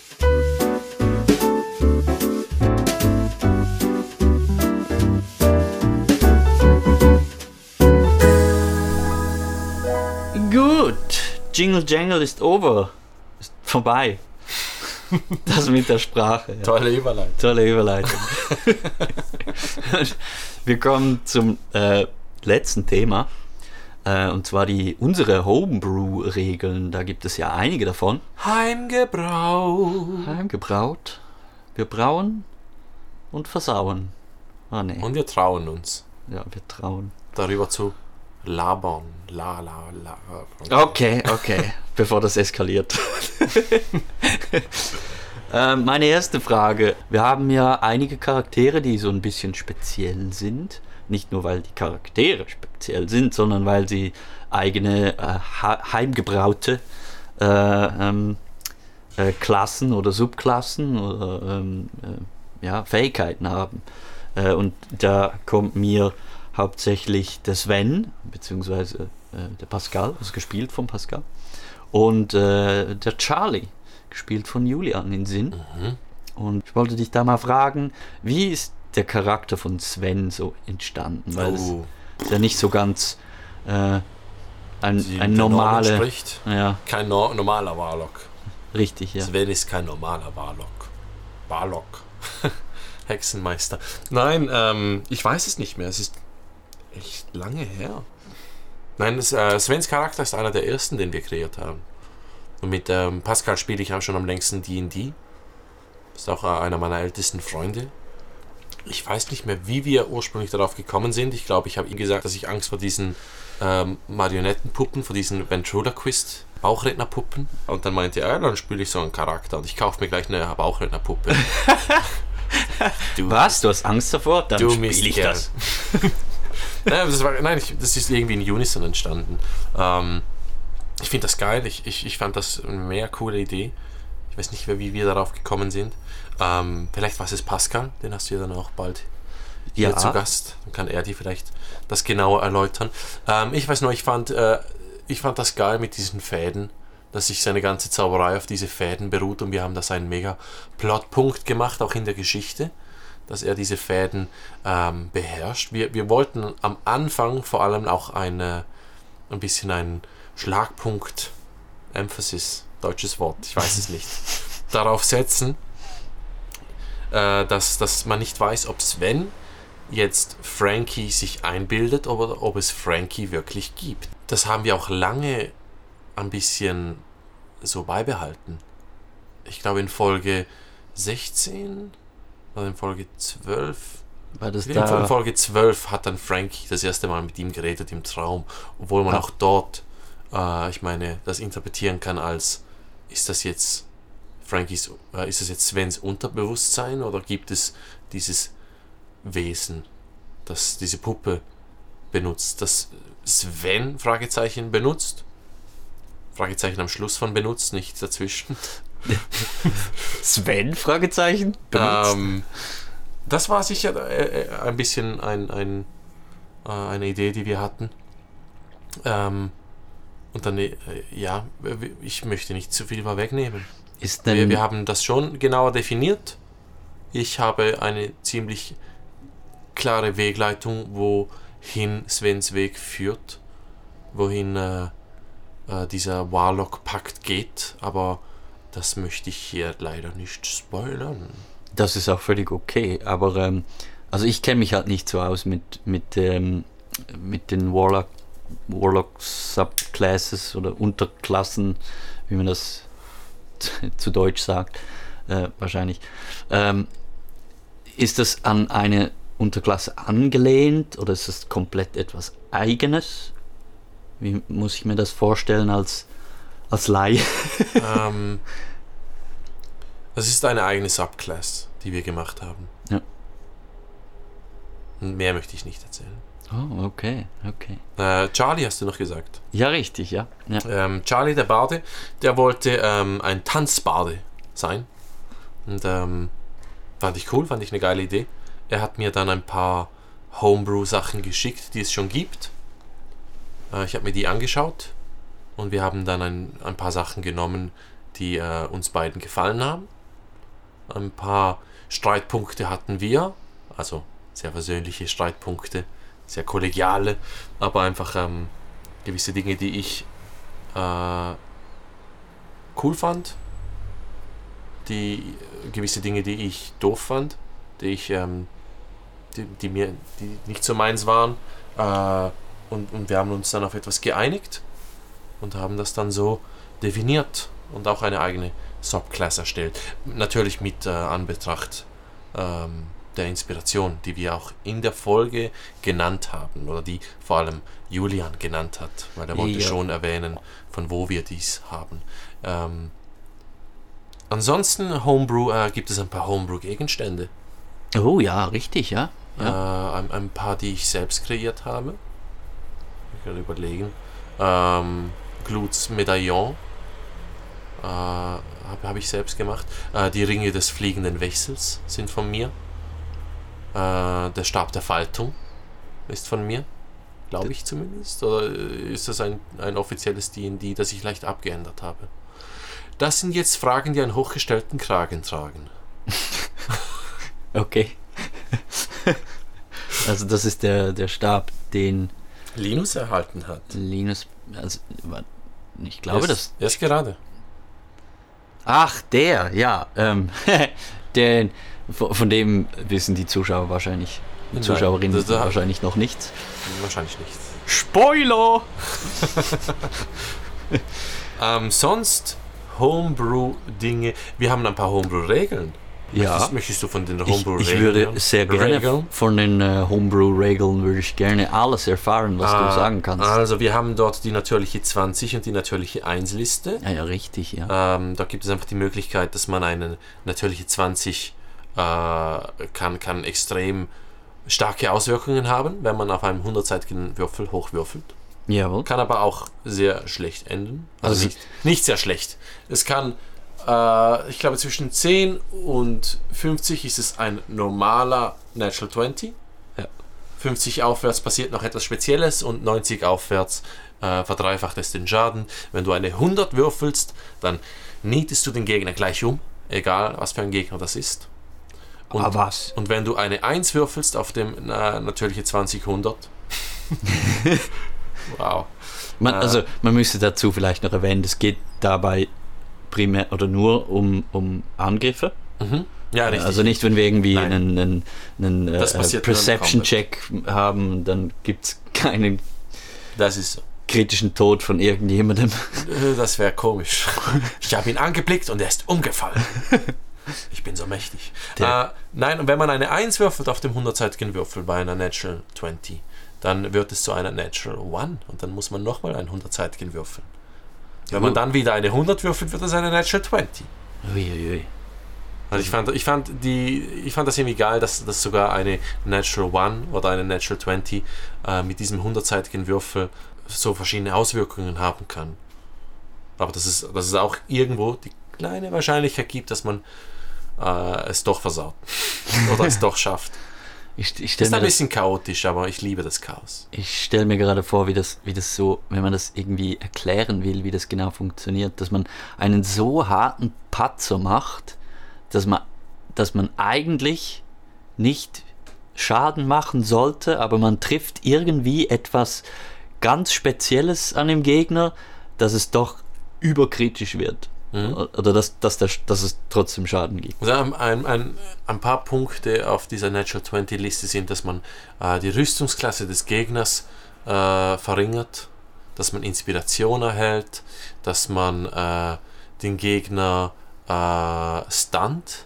Gut, Jingle Jangle ist over. Ist vorbei. Das mit der Sprache. Ja. Tolle Überleitung. Tolle Überleitung. Wir kommen zum äh, letzten Thema. Äh, und zwar die unsere Homebrew-Regeln. Da gibt es ja einige davon. Heimgebrau. Heimgebraut. Wir brauen und versauen. Ah, nee. Und wir trauen uns, Ja, wir trauen. darüber zu labern. La, la, la. Okay, okay. Bevor das eskaliert. äh, meine erste Frage. Wir haben ja einige Charaktere, die so ein bisschen speziell sind. Nicht nur, weil die Charaktere speziell sind, sondern weil sie eigene äh, heimgebraute äh, ähm, äh, Klassen oder Subklassen oder ähm, äh, ja, Fähigkeiten haben. Äh, und da kommt mir hauptsächlich der Sven, beziehungsweise äh, der Pascal, also gespielt von Pascal, und äh, der Charlie, gespielt von Julian, in den Sinn. Mhm. Und ich wollte dich da mal fragen, wie ist der Charakter von Sven so entstanden? Weil Oh. es ist ja nicht so ganz äh, ein, Die- ein der Norman normale... spricht. Ja, Kein no normaler Warlock. richtig, ja. Sven ist kein normaler Warlock. Warlock. Hexenmeister. Nein, ähm, ich weiß es nicht mehr. Es ist echt lange her. Nein, das, äh, Svens Charakter ist einer der ersten, den wir kreiert haben. Und mit ähm, Pascal spiele ich auch schon am längsten D und D. Ist auch äh, einer meiner ältesten Freunde. Ich weiß nicht mehr, wie wir ursprünglich darauf gekommen sind. Ich glaube, ich habe ihm gesagt, dass ich Angst vor diesen ähm, Marionettenpuppen, vor diesen Ventriloquist Bauchrednerpuppen. Und dann meinte er, ja, dann spiele ich so einen Charakter und ich kaufe mir gleich eine Bauchrednerpuppe. Du, Was? Du hast Angst davor? Dann Du spiele ich Mistkerl. das. Nein, das, war, nein ich, das ist irgendwie in Unison entstanden. Ähm, ich finde das geil. Ich, ich, ich fand das eine mehr coole Idee. Ich weiß nicht mehr, wie wir darauf gekommen sind. Ähm, vielleicht war es Pascal, den hast du ja dann auch bald hier Ja. zu Gast. Dann kann er dir vielleicht das genauer erläutern. Ähm, ich weiß nur, ich fand, äh, ich fand das geil mit diesen Fäden, dass sich seine ganze Zauberei auf diese Fäden beruht und wir haben das einen mega Plotpunkt gemacht, auch in der Geschichte, dass er diese Fäden ähm, beherrscht. Wir, wir wollten am Anfang vor allem auch eine, ein bisschen einen Schlagpunkt, Emphasis, deutsches Wort, ich weiß es nicht, darauf setzen, äh, dass, dass man nicht weiß, ob Sven jetzt Frankie sich einbildet oder ob es Frankie wirklich gibt. Das haben wir auch lange ein bisschen so beibehalten. Ich glaube in Folge sechzehn oder in Folge zwölf. War das In da? Folge zwölf hat dann Frankie das erste Mal mit ihm geredet im Traum, obwohl man Ja. auch dort, äh, ich meine, das interpretieren kann als, ist das jetzt Frankies, äh, ist das jetzt Svens Unterbewusstsein oder gibt es dieses Wesen, das diese Puppe benutzt, das Sven, Fragezeichen, benutzt? Fragezeichen am Schluss von benutzt, nicht dazwischen. Sven? Fragezeichen? Benutzt? Ähm, das war sicher äh, äh, ein bisschen ein, ein, äh, eine Idee, die wir hatten. Ähm, und dann, äh, ja, ich möchte nicht zu viel vorwegnehmen. Ist Wir, denn, wir haben das schon genauer definiert. Ich habe eine ziemlich klare Wegleitung, wohin Svens Weg führt, wohin äh, äh, dieser Warlock-Pakt geht, aber das möchte ich hier leider nicht spoilern. das ist auch völlig okay, aber ähm, also ich kenne mich halt nicht so aus mit, mit, ähm, mit den Warlock, Warlock-Subclasses oder Unterklassen, wie man das zu Deutsch sagt, äh, wahrscheinlich. Ähm, ist das an eine Unterklasse angelehnt oder ist das komplett etwas Eigenes? Wie muss ich mir das vorstellen als, als Laie? ähm, das ist eine eigene Subclass, die wir gemacht haben. Ja. Und mehr möchte ich nicht erzählen. Oh, okay, okay. Äh, Charlie hast du noch gesagt. Ja, richtig, ja. ja. Ähm, Charlie, der Bade, der wollte ähm, ein Tanzbade sein. Und ähm, fand ich cool, fand ich eine geile Idee. Er hat mir dann ein paar Homebrew-Sachen geschickt, die es schon gibt. Äh, ich habe mir die angeschaut und wir haben dann ein, ein paar Sachen genommen, die äh, uns beiden gefallen haben. Ein paar Streitpunkte hatten wir, also sehr persönliche Streitpunkte, sehr kollegiale, aber einfach ähm, gewisse Dinge, die ich äh, cool fand, die gewisse Dinge, die ich doof fand, die ich ähm, die, die mir die nicht so meins waren, äh, und, und wir haben uns dann auf etwas geeinigt und haben das dann so definiert und auch eine eigene Subclass erstellt. Natürlich mit äh, Anbetracht ähm, der Inspiration, die wir auch in der Folge genannt haben oder die vor allem Julian genannt hat, weil er wollte Ja. schon erwähnen, von wo wir dies haben. Ähm, ansonsten Homebrew, äh, gibt es ein paar Homebrew-Gegenstände. Oh ja, richtig, ja. ja. Äh, ein, ein paar, die ich selbst kreiert habe. Ich kann überlegen. Ähm, Gluts Medaillon äh, habe hab ich selbst gemacht. Äh, die Ringe des fliegenden Wechsels sind von mir. Äh, der Stab der Faltung ist von mir. Glaube ich zumindest. Oder ist das ein, ein offizielles D und D, das ich leicht abgeändert habe? Das sind jetzt Fragen, die einen hochgestellten Kragen tragen. Okay. Also das ist der, der Stab, den Linus erhalten hat. Linus, also ich glaube, Erst- das... Erst gerade. Ach, der, ja. Ähm, den, von, von dem wissen die Zuschauer wahrscheinlich, die Nein, Zuschauerinnen das- da- wahrscheinlich noch nichts. Wahrscheinlich nicht. Spoiler! Ähm, sonst Homebrew-Dinge. Wir haben ein paar Homebrew-Regeln. Ja. Möchtest, möchtest du von den Ich, Homebrew-Regeln? ich würde sehr gerne Regeln? von den äh, Homebrew-Regeln würde ich gerne alles erfahren, was Ah, du sagen kannst. Also wir haben dort die natürliche zwanzig und die natürliche eins-Liste. Ja, ja, richtig, ja. Ähm, da gibt es einfach die Möglichkeit, dass man eine natürliche zwanzig äh, kann, kann extrem starke Auswirkungen haben, wenn man auf einem hundertseitigen Würfel hochwürfelt. Jawohl. Kann aber auch sehr schlecht enden. Also, Also- nicht, nicht sehr schlecht. Es kann, äh, ich glaube, zwischen zehn und fünfzig ist es ein normaler Natural zwanzig. Ja. fünfzig aufwärts passiert noch etwas Spezielles und neunzig aufwärts äh, verdreifacht es den Schaden. Wenn du eine hundert würfelst, dann nietest du den Gegner gleich um, egal was für ein Gegner das ist. Und, ah, was? Und wenn du eine eins würfelst auf dem äh, natürliche zwanzig hundert. Wow. Man, äh, also man müsste dazu vielleicht noch erwähnen, es geht dabei primär oder nur um, um Angriffe. Mhm. Ja, richtig. Also nicht, wenn wir irgendwie Nein. einen, einen, einen äh, passiert Perception-Check haben, dann gibt es keinen Das ist so. kritischen Tod von irgendjemandem. Das wäre komisch. Ich habe ihn angeblickt und er ist umgefallen. Ich bin so mächtig. Äh, nein, und wenn man eine eins würfelt auf dem hundertseitigen Würfel bei einer Natural zwanzig, dann wird es zu einer Natural eins und dann muss man nochmal einen hundertseitigen würfeln. Wenn man dann wieder eine hundert würfelt, wird es eine Natural zwanzig. Uiuiui. Also ich fand, ich fand die, ich fand das irgendwie geil, dass, dass sogar eine Natural eins oder eine Natural zwanzig äh, mit diesem hundertseitigen Würfel so verschiedene Auswirkungen haben kann. Aber dass es, dass es auch irgendwo die kleine Wahrscheinlichkeit gibt, dass man äh, es doch versaut oder es doch schafft. Ich, ich Ist stelle ein mir, bisschen chaotisch, aber ich liebe das Chaos. ich stell mir gerade vor, wie das, wie das so, wenn man das irgendwie erklären will, wie das genau funktioniert, dass man einen so harten Patzer macht, dass man, dass man eigentlich nicht Schaden machen sollte, aber man trifft irgendwie etwas ganz Spezielles an dem Gegner, dass es doch überkritisch wird. Mhm. Oder dass, dass, der, dass es trotzdem Schaden gibt. Also ein, ein, ein paar Punkte auf dieser Natural zwanzig Liste sind, dass man äh, die Rüstungsklasse des Gegners äh, verringert, dass man Inspiration erhält, dass man äh, den Gegner äh, stunt.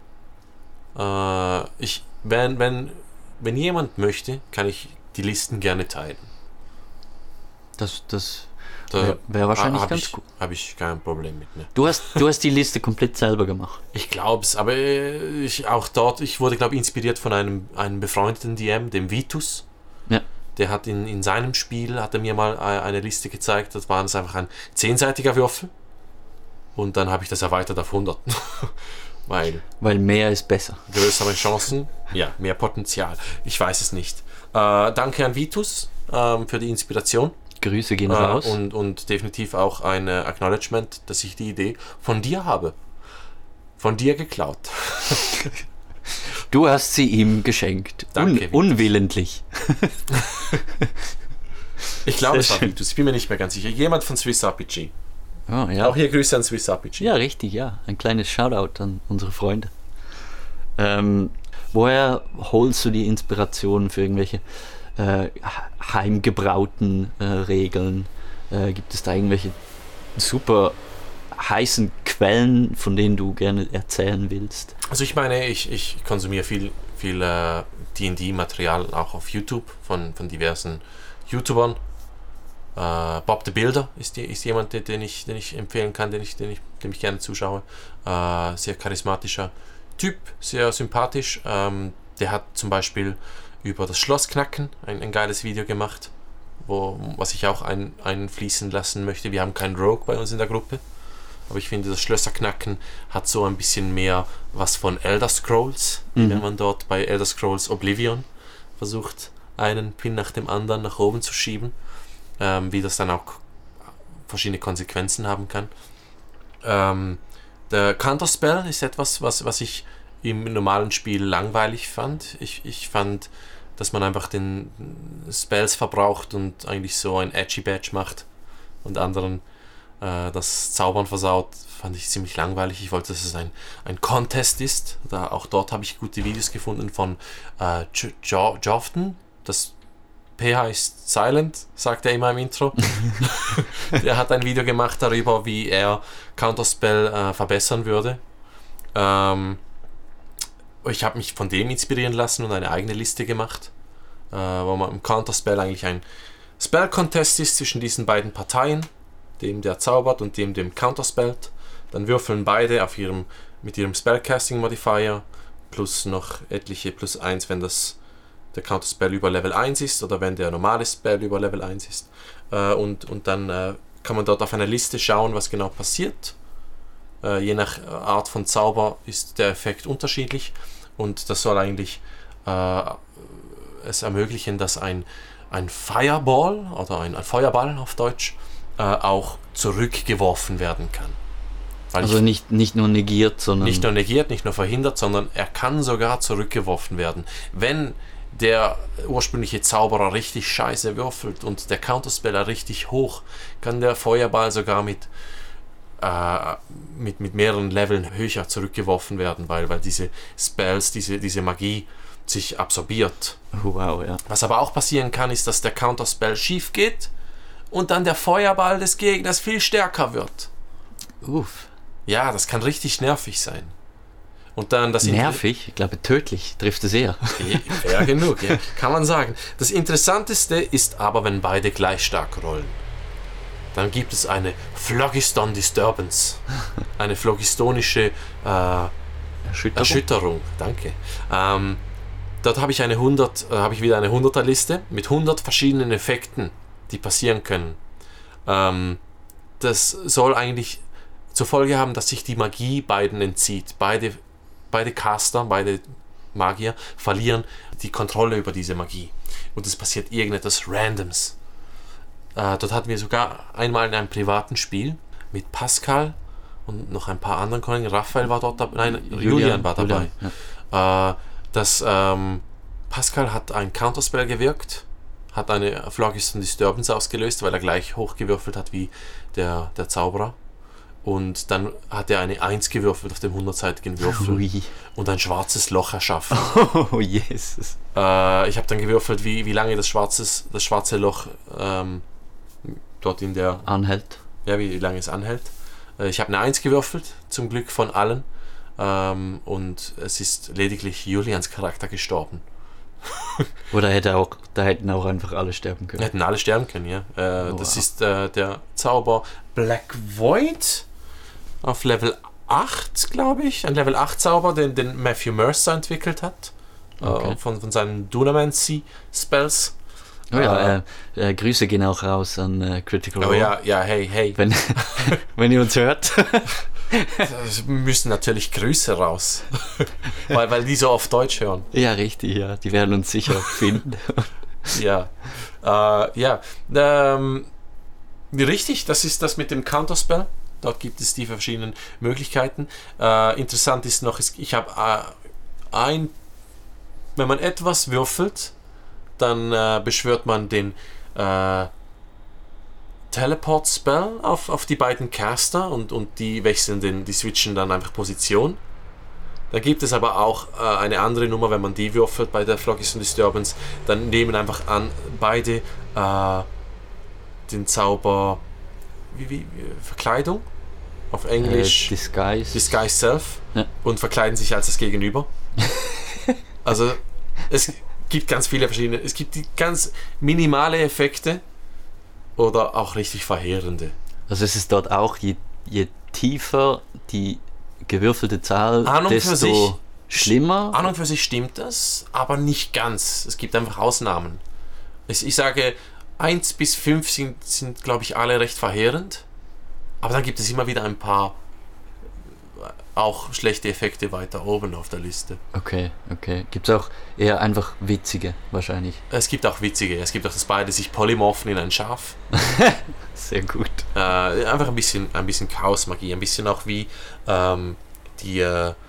Äh, ich, wenn, wenn, wenn jemand möchte, kann ich die Listen gerne teilen. Das, das Da wäre wär wahrscheinlich hab ganz ich, gut. Habe ich kein Problem mit mir. Du hast, du hast die Liste komplett selber gemacht. Ich glaube es, aber ich auch dort, ich wurde, glaube ich, inspiriert von einem, einem befreundeten D M, dem Vitus. Ja. Der hat in, in seinem Spiel, hat er mir mal eine Liste gezeigt, das war es einfach ein zehnseitiger Würfel. Und dann habe ich das erweitert auf hundert. Weil, Weil mehr ist besser. größere Chancen, ja, mehr Potenzial. Ich weiß es nicht. Äh, danke an Vitus ähm, für die Inspiration. Grüße gehen Äh, raus. und, und definitiv auch ein äh, Acknowledgement, dass ich die Idee von dir habe. Von dir geklaut. Du hast sie ihm geschenkt. Danke, Un unwillentlich. Ich glaube, es Sehr war schön. Vitus, ich bin mir nicht mehr ganz sicher. Jemand von Swiss R P G. Oh, ja. Auch hier Grüße an Swiss R P G. Ja, richtig, ja. Ein kleines Shoutout an unsere Freunde. Ähm, woher holst du die Inspiration für irgendwelche äh, heimgebrauten äh, Regeln? Äh, gibt es da irgendwelche super heißen Quellen, von denen du gerne erzählen willst? Also ich meine, ich, ich konsumiere viel, viel äh, D und D-Material auch auf YouTube von, von diversen YouTubern. Äh, Bob the Builder ist, die, ist jemand, den ich, den ich empfehlen kann, den ich, den ich, dem ich gerne zuschaue. Äh, sehr charismatischer Typ, sehr sympathisch. Ähm, der hat zum Beispiel über das Schlossknacken ein, ein geiles Video gemacht, wo, was ich auch ein, einfließen lassen möchte. Wir haben keinen Rogue bei uns in der Gruppe, aber ich finde, das Schlösserknacken hat so ein bisschen mehr was von Elder Scrolls, Mhm. wenn man dort bei Elder Scrolls Oblivion versucht, einen Pin nach dem anderen nach oben zu schieben. Ähm, wie das dann auch verschiedene Konsequenzen haben kann. Ähm, der Counterspell ist etwas, was, was ich im normalen Spiel langweilig fand. Ich, ich fand, dass man einfach den Spells verbraucht und eigentlich so ein Edgy Badge macht und anderen äh, das Zaubern versaut, fand ich ziemlich langweilig. Ich wollte, dass es ein, ein Contest ist. Da, auch dort habe ich gute Videos gefunden von äh, Joften, das P heißt Silent, sagt er immer im Intro. Der hat ein Video gemacht darüber, wie er Counterspell äh, verbessern würde. Ähm, ich habe mich von dem inspirieren lassen und eine eigene Liste gemacht, äh, wo man im Counterspell eigentlich ein Spell-Contest ist zwischen diesen beiden Parteien, dem der zaubert und dem dem Counterspellt. Dann würfeln beide auf ihrem, mit ihrem Spellcasting-Modifier plus noch etliche plus eins, wenn das der Counterspell über Level eins ist oder wenn der normale Spell über Level eins ist. Äh, und, und dann äh, kann man dort auf einer Liste schauen, was genau passiert. Äh, je nach Art von Zauber ist der Effekt unterschiedlich und das soll eigentlich äh, es ermöglichen, dass ein, ein Fireball oder ein, ein Feuerball auf Deutsch äh, auch zurückgeworfen werden kann. Weil Also nicht, nicht nur negiert, sondern... Nicht nur negiert, nicht nur verhindert, sondern er kann sogar zurückgeworfen werden. Wenn der ursprüngliche Zauberer richtig scheiße würfelt und der Counterspeller richtig hoch, kann der Feuerball sogar mit, äh, mit, mit mehreren Leveln höher zurückgeworfen werden, weil, weil diese Spells, diese, diese Magie sich absorbiert. Oh, wow, ja. Was aber auch passieren kann, ist, dass der Counterspell schief geht und dann der Feuerball des Gegners viel stärker wird. Uff. Ja, das kann richtig nervig sein. Und dann das Nervig? Ich glaube, tödlich trifft es eher. Ja, genug, ja, kann man sagen. Das Interessanteste ist aber, wenn beide gleich stark rollen. Dann gibt es eine Phlogiston Disturbance. Eine phlogistonische äh, Erschütterung. Erschütterung. Danke. Ähm, dort habe ich eine hundert, äh, habe ich wieder eine hunderter-Liste mit hundert verschiedenen Effekten, die passieren können. Ähm, das soll eigentlich zur Folge haben, dass sich die Magie beiden entzieht. Beide Beide Caster, beide Magier verlieren die Kontrolle über diese Magie. Und es passiert irgendetwas Randoms. Äh, dort hatten wir sogar einmal in einem privaten Spiel mit Pascal und noch ein paar anderen Kollegen. Raphael war dort dabei. Nein, Julian, Julian war dabei. Julian, ja. äh, das, ähm, Pascal hat ein Counterspell gewirkt, hat eine Phlogiston Disturbance ausgelöst, weil er gleich hochgewürfelt hat wie der, der Zauberer. Und dann hat er eine eins gewürfelt auf dem hundertseitigen Würfel. Ui. Und ein schwarzes Loch erschaffen. Oh, Jesus. Äh, ich habe dann gewürfelt, wie, wie lange das, schwarzes, das schwarze Loch ähm, dort in der... Anhält. Ja, wie lange es anhält. Äh, ich habe eine eins gewürfelt, zum Glück von allen. Ähm, und es ist lediglich Julians Charakter gestorben. Oder hätte auch, da hätten auch einfach alle sterben können. Hätten alle sterben können, ja. Äh, oh, das wow. ist äh, der Zauber Black Void auf Level acht, glaube ich. Ein Level acht Zauber, den, den Matthew Mercer entwickelt hat. Okay. Äh, von, von seinen Dunamancy Spells. Oh ja, äh, äh, Grüße gehen auch raus an äh, Critical Role. Oh ja, ja, hey, hey. Wenn, wenn ihr uns hört. Es müssen natürlich Grüße raus. weil, weil die so auf Deutsch hören. Ja, richtig, ja. Die werden uns sicher finden. Ja. Äh, ja. Ähm, richtig, das ist das mit dem Counterspell. Dort gibt es die verschiedenen Möglichkeiten. Äh, interessant ist noch, ich habe äh, ein, wenn man etwas würfelt, dann äh, beschwört man den äh, Teleport-Spell auf, auf die beiden Caster und, und die wechseln den, die switchen dann einfach Position. Da gibt es aber auch äh, eine andere Nummer, wenn man die würfelt bei der Phlogiston Disturbance, dann nehmen einfach an beide äh, den Zauber wie, wie, Verkleidung auf Englisch äh, Disguise. Disguise Self ja. und verkleiden sich als das Gegenüber. Also es gibt ganz viele verschiedene, es gibt die ganz minimale Effekte oder auch richtig verheerende. Also es ist dort auch, je, je tiefer die gewürfelte Zahl, an und desto für sich, schlimmer. An und für sich stimmt das, aber nicht ganz. Es gibt einfach Ausnahmen. Ich, ich sage, eins bis fünf sind, sind glaube ich, alle recht verheerend. Aber dann gibt es immer wieder ein paar auch schlechte Effekte weiter oben auf der Liste. Okay, okay. Gibt es auch eher einfach witzige, wahrscheinlich? Es gibt auch witzige. Es gibt auch, dass beide sich polymorphen in ein Schaf. Sehr gut. Äh, einfach ein bisschen, ein bisschen Chaos-Magie. Ein bisschen auch wie ähm, die äh, äh,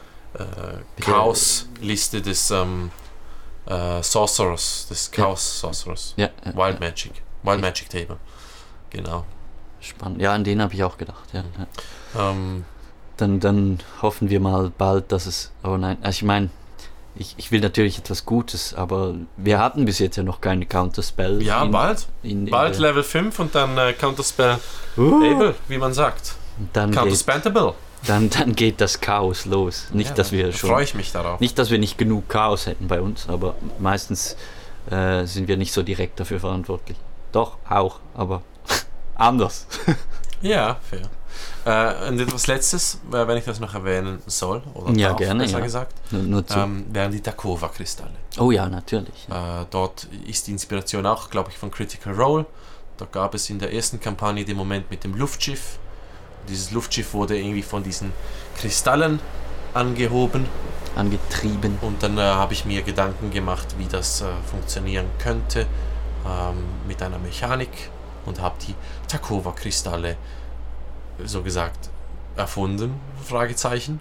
Chaos-Liste des ähm, äh, Sorcerers, des Chaos-Sorcerers. Ja, ja, Wild ja. Magic. Wild ja. Magic Table. Genau. Spannend. Ja, an den habe ich auch gedacht. Ja, ja. Ähm, Dann, dann hoffen wir mal bald, dass es... Oh nein, also ich meine, ich, ich will natürlich etwas Gutes, aber wir hatten bis jetzt ja noch keine Counterspell. Ja, in, bald. In, in bald Level fünf und dann äh, Counterspell uh. Able, wie man sagt. Counterspellable. Dann, dann geht das Chaos los. Nicht, ja, dass wir schon... freue ich mich darauf. Nicht, dass wir nicht genug Chaos hätten bei uns, aber meistens äh, sind wir nicht so direkt dafür verantwortlich. Doch, auch, aber anders. Ja, fair. Äh, und etwas Letztes, äh, wenn ich das noch erwähnen soll, oder ja, darf, gerne, besser ja. gesagt, nur, nur zu. Ähm, wären die Dakova-Kristalle. Oh ja, natürlich. Ja. Äh, dort ist die Inspiration auch, glaube ich, von Critical Role. Da gab es in der ersten Kampagne den Moment mit dem Luftschiff. Dieses Luftschiff wurde irgendwie von diesen Kristallen angehoben. Angetrieben. Und dann äh, habe ich mir Gedanken gemacht, wie das äh, funktionieren könnte ähm, mit einer Mechanik und habe die Tacova-Kristalle so gesagt erfunden, Fragezeichen.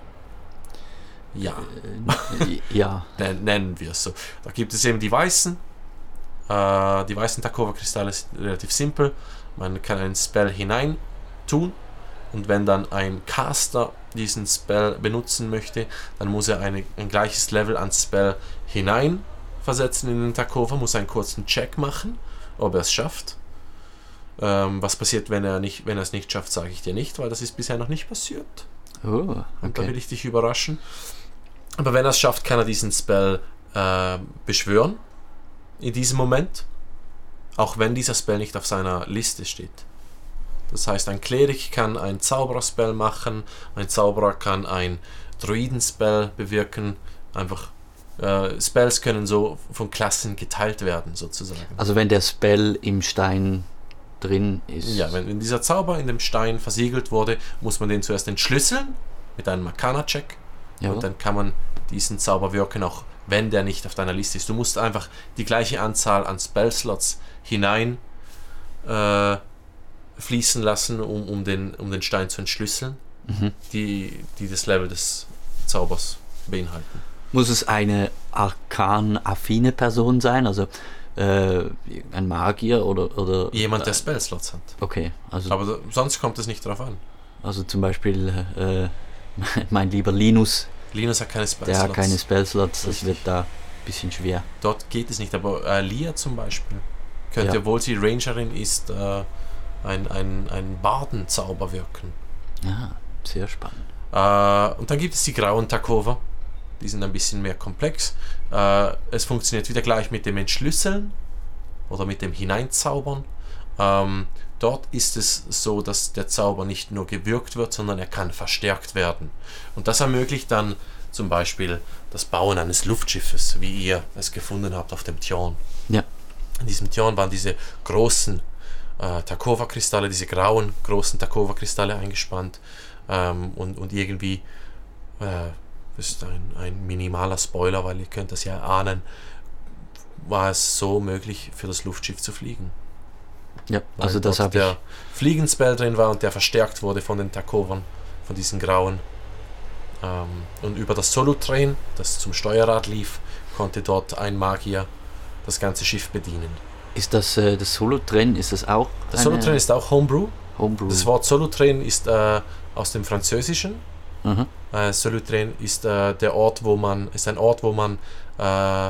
Ja. Äh, ja. Nennen wir es so. Da gibt es eben die weißen. Äh, die weißen Tacova-Kristalle sind relativ simpel. Man kann einen Spell hinein tun und wenn dann ein Caster diesen Spell benutzen möchte, dann muss er eine, ein gleiches Level an Spell hinein versetzen in den Tacova, muss einen kurzen Check machen, ob er es schafft. Ähm, was passiert, wenn er nicht, wenn er es nicht schafft, sage ich dir nicht, weil das ist bisher noch nicht passiert. Oh, okay. Und da will ich dich überraschen. Aber wenn er es schafft, kann er diesen Spell äh, beschwören in diesem Moment, auch wenn dieser Spell nicht auf seiner Liste steht. Das heißt, ein Klerik kann ein Zauberer-Spell machen, ein Zauberer kann ein Druiden-Spell bewirken. Einfach äh, Spells können so von Klassen geteilt werden, sozusagen. Also wenn der Spell im Stein drin ist. Ja, wenn, wenn dieser Zauber in dem Stein versiegelt wurde, muss man den zuerst entschlüsseln mit einem Arcana-Check. Ja. Und dann kann man diesen Zauber wirken, auch wenn der nicht auf deiner Liste ist. Du musst einfach die gleiche Anzahl an Spellslots hinein äh, fließen lassen, um, um, den, um den Stein zu entschlüsseln, mhm. die, die das Level des Zaubers beinhalten. Muss es eine arkan-affine Person sein, also äh, ein Magier oder, oder... Jemand, der Spellslots hat. Okay. Also, aber sonst kommt es nicht drauf an. Also zum Beispiel äh, mein lieber Linus. Linus hat keine Spellslots. Der hat keine Spellslots, das wird da ein bisschen schwer. Dort geht es nicht, aber äh, Lia zum Beispiel könnte, ja. obwohl sie Rangerin ist, äh, ein, ein, ein Bardenzauber wirken. Ah, sehr spannend. Äh, und dann gibt es die grauen Tacova. Die sind ein bisschen mehr komplex. Äh, es funktioniert wieder gleich mit dem Entschlüsseln oder mit dem Hineinzaubern. Ähm, dort ist es so, dass der Zauber nicht nur gewirkt wird, sondern er kann verstärkt werden. Und das ermöglicht dann zum Beispiel das Bauen eines Luftschiffes, wie ihr es gefunden habt auf dem Tjorn. Ja. In diesem Tjorn waren diese großen äh, Tacova-Kristalle, diese grauen großen Tacova-Kristalle eingespannt. Ähm, und, und irgendwie, äh, das ist ein, ein minimaler Spoiler, weil ihr könnt das ja ahnen, war es so möglich für das Luftschiff zu fliegen. Ja, also das habe ich... der Fliegenspell drin war und der verstärkt wurde von den Tacovern, von diesen grauen. Ähm, und über das Solutrain, das zum Steuerrad lief, konnte dort ein Magier das ganze Schiff bedienen. Ist das äh, das Solutrain, ist das auch? Das Solutrain ist auch Homebrew. Homebrew. Das Wort Solutrain ist äh, aus dem Französischen. Mhm. Äh, Solutrain ist äh, der Ort, wo man, ist ein Ort, wo man äh, äh,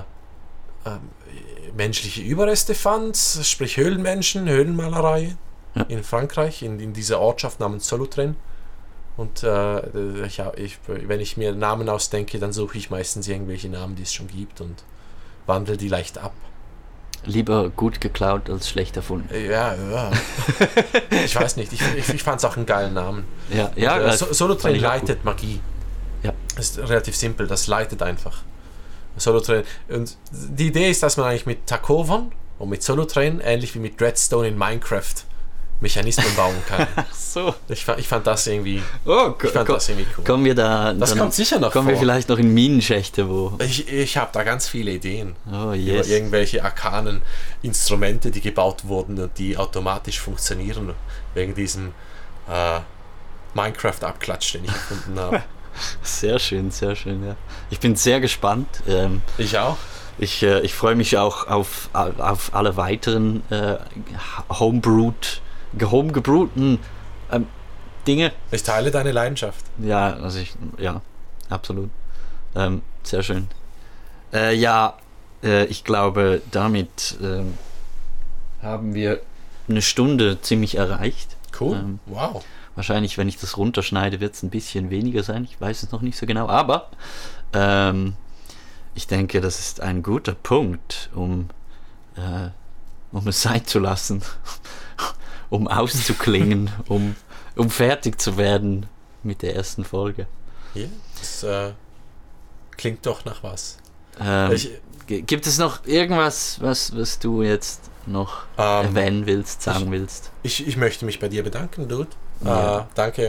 menschliche Überreste fand, sprich Höhlenmenschen, Höhlenmalerei ja. in Frankreich, in, in dieser Ortschaft namens Solutrain. Und äh, ich, ich, wenn ich mir Namen ausdenke, dann suche ich meistens irgendwelche Namen, die es schon gibt und wandle die leicht ab. Lieber gut geklaut als schlecht erfunden. Ja, ja. Ich weiß nicht, ich, ich, ich fand es auch einen geilen Namen. Ja, ja. Und, äh, so, Solutrain leitet Magie. Ja. Das ist relativ simpel, das leitet einfach. Solutrain. Und die Idee ist, dass man eigentlich mit Tacovern und mit Solutrain, ähnlich wie mit Dreadstone in Minecraft, Mechanismen bauen kann. Ach so. Ich, ich fand das irgendwie, oh, ich fand komm, das irgendwie cool. Kommen wir da... Das kommt sicher noch Kommen vor. wir vielleicht noch in Minenschächte, wo... Ich, ich habe da ganz viele Ideen. Oh, yes. Über irgendwelche arkanen Instrumente, die gebaut wurden und die automatisch funktionieren, wegen diesem äh, Minecraft-Abklatsch, den ich gefunden habe. Sehr schön, sehr schön, ja. Ich bin sehr gespannt. Ähm, ich auch. Ich, äh, ich freue mich auch auf, auf alle weiteren äh, Homebrewed, homegebrewten ähm, Dinge. Ich teile deine Leidenschaft. Ja, also ich, ja, absolut. Ähm, sehr schön. Äh, ja, äh, ich glaube, damit äh, haben wir eine Stunde ziemlich erreicht. Cool, ähm, wow. Wahrscheinlich, wenn ich das runterschneide, wird es ein bisschen weniger sein. Ich weiß es noch nicht so genau. Aber ähm, ich denke, das ist ein guter Punkt, um, äh, um es sein zu lassen, um auszuklingen, um, um fertig zu werden mit der ersten Folge. Ja, das äh, klingt doch nach was. Ähm, ich, gibt es noch irgendwas, was, was du jetzt noch ähm, erwähnen willst, sagen ich, willst? Ich, ich möchte mich bei dir bedanken, Dude. Ja. Äh, danke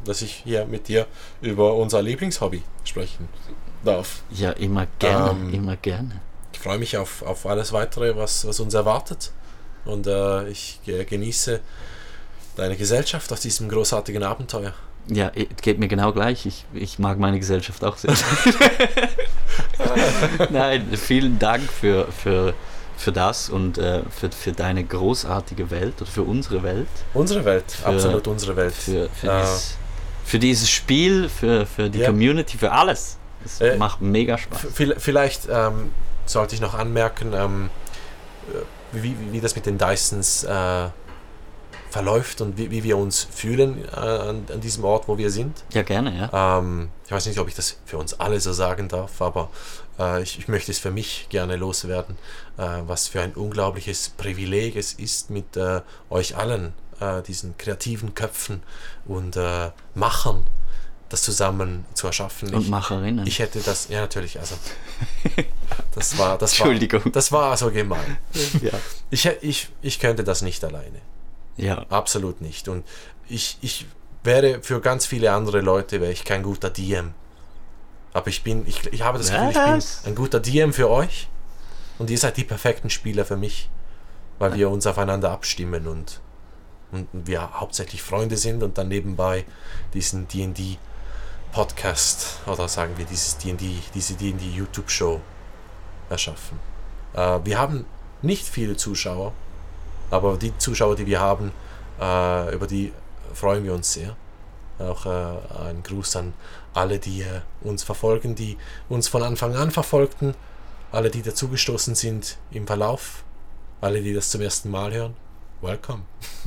dass ich hier mit dir über unser Lieblingshobby sprechen darf. Ja, immer gerne, Ähm, immer gerne. Ich freue mich auf, auf alles Weitere, was, was uns erwartet. Und äh, ich äh, genieße deine Gesellschaft auf diesem großartigen Abenteuer. Ja, geht mir genau gleich. Ich, ich mag meine Gesellschaft auch sehr. Nein, vielen Dank für, für, für das und äh, für, für deine großartige Welt oder für unsere Welt. Unsere Welt, Für- absolut unsere Welt. Für, für, Äh, dieses, für dieses Spiel, für, für die Ja. Community, für alles. Es Äh, macht mega Spaß. v- Vielleicht ähm, sollte ich noch anmerken, ähm, wie, wie, wie das mit den Dysons äh, verläuft und wie, wie wir uns fühlen äh, an, an diesem Ort, wo wir sind. Ja, gerne, ja. Ähm, ich weiß nicht, ob ich das für uns alle so sagen darf, aber äh, ich, ich möchte es für mich gerne loswerden, äh, was für ein unglaubliches Privileg es ist, mit äh, euch allen, äh, diesen kreativen Köpfen und äh, Machern, das zusammen zu erschaffen. Und Ich, Macherinnen. ich hätte das, ja natürlich, also das war, das war, Entschuldigung. das war so gemein. ja. Ich, ich, ich könnte das nicht alleine. ja, Absolut nicht. Und ich, ich wäre für ganz viele andere Leute wäre ich kein guter D M. Aber ich bin, ich, ich habe das Gefühl, ich Was? bin ein guter D M für euch. Und ihr seid die perfekten Spieler für mich. Weil wir uns aufeinander abstimmen und, und wir hauptsächlich Freunde sind und dann nebenbei diesen D und D Podcast oder sagen wir dieses D und D, diese D und D YouTube Show erschaffen. Äh, wir haben nicht viele Zuschauer, aber die Zuschauer, die wir haben, äh, über die freuen wir uns sehr. Auch äh, ein Gruß an alle, die äh, uns verfolgen, die uns von Anfang an verfolgten, alle, die dazugestoßen sind im Verlauf, alle, die das zum ersten Mal hören. Welcome.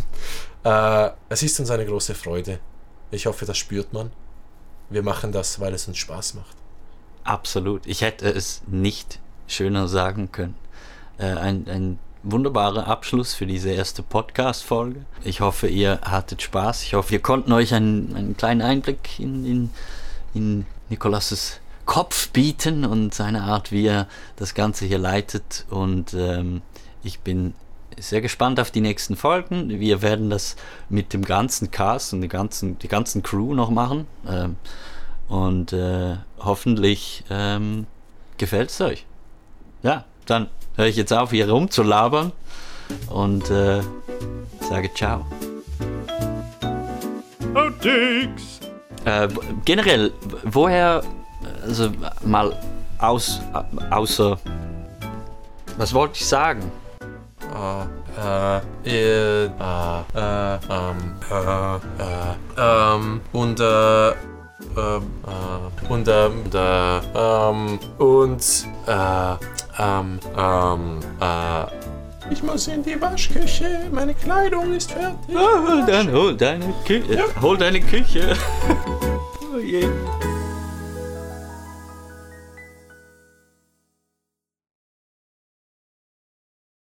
äh, es ist uns eine große Freude. Ich hoffe, das spürt man. Wir machen das, weil es uns Spaß macht. absolut. Ich hätte es nicht schöner sagen können. Äh, ein, ein wunderbarer Abschluss für diese erste Podcast-Folge. Ich hoffe, ihr hattet Spaß. Ich hoffe, wir konnten euch einen, einen kleinen Einblick in, in, in Nikolas' Kopf bieten und seine Art, wie er das Ganze hier leitet. Und ähm, ich bin sehr gespannt auf die nächsten Folgen. Wir werden das mit dem ganzen Cast und die ganzen, die ganzen Crew noch machen. Ähm, und äh, hoffentlich ähm, gefällt es euch. Ja, dann höre ich jetzt auf, hier rumzulabern und äh, sage ciao. Outtakes! Äh, w- generell, woher, also mal aus, äh, außer, was wollte ich sagen? Äh, äh, äh, äh, ähm, äh, äh, ähm, und, äh, ähm, äh, und, ähm, und, äh, ähm, und, äh, ähm, ähm, äh, ich muss in die Waschküche, meine Kleidung ist fertig. Ah, dann hol deine Küche, hol deine Küche. Oh je.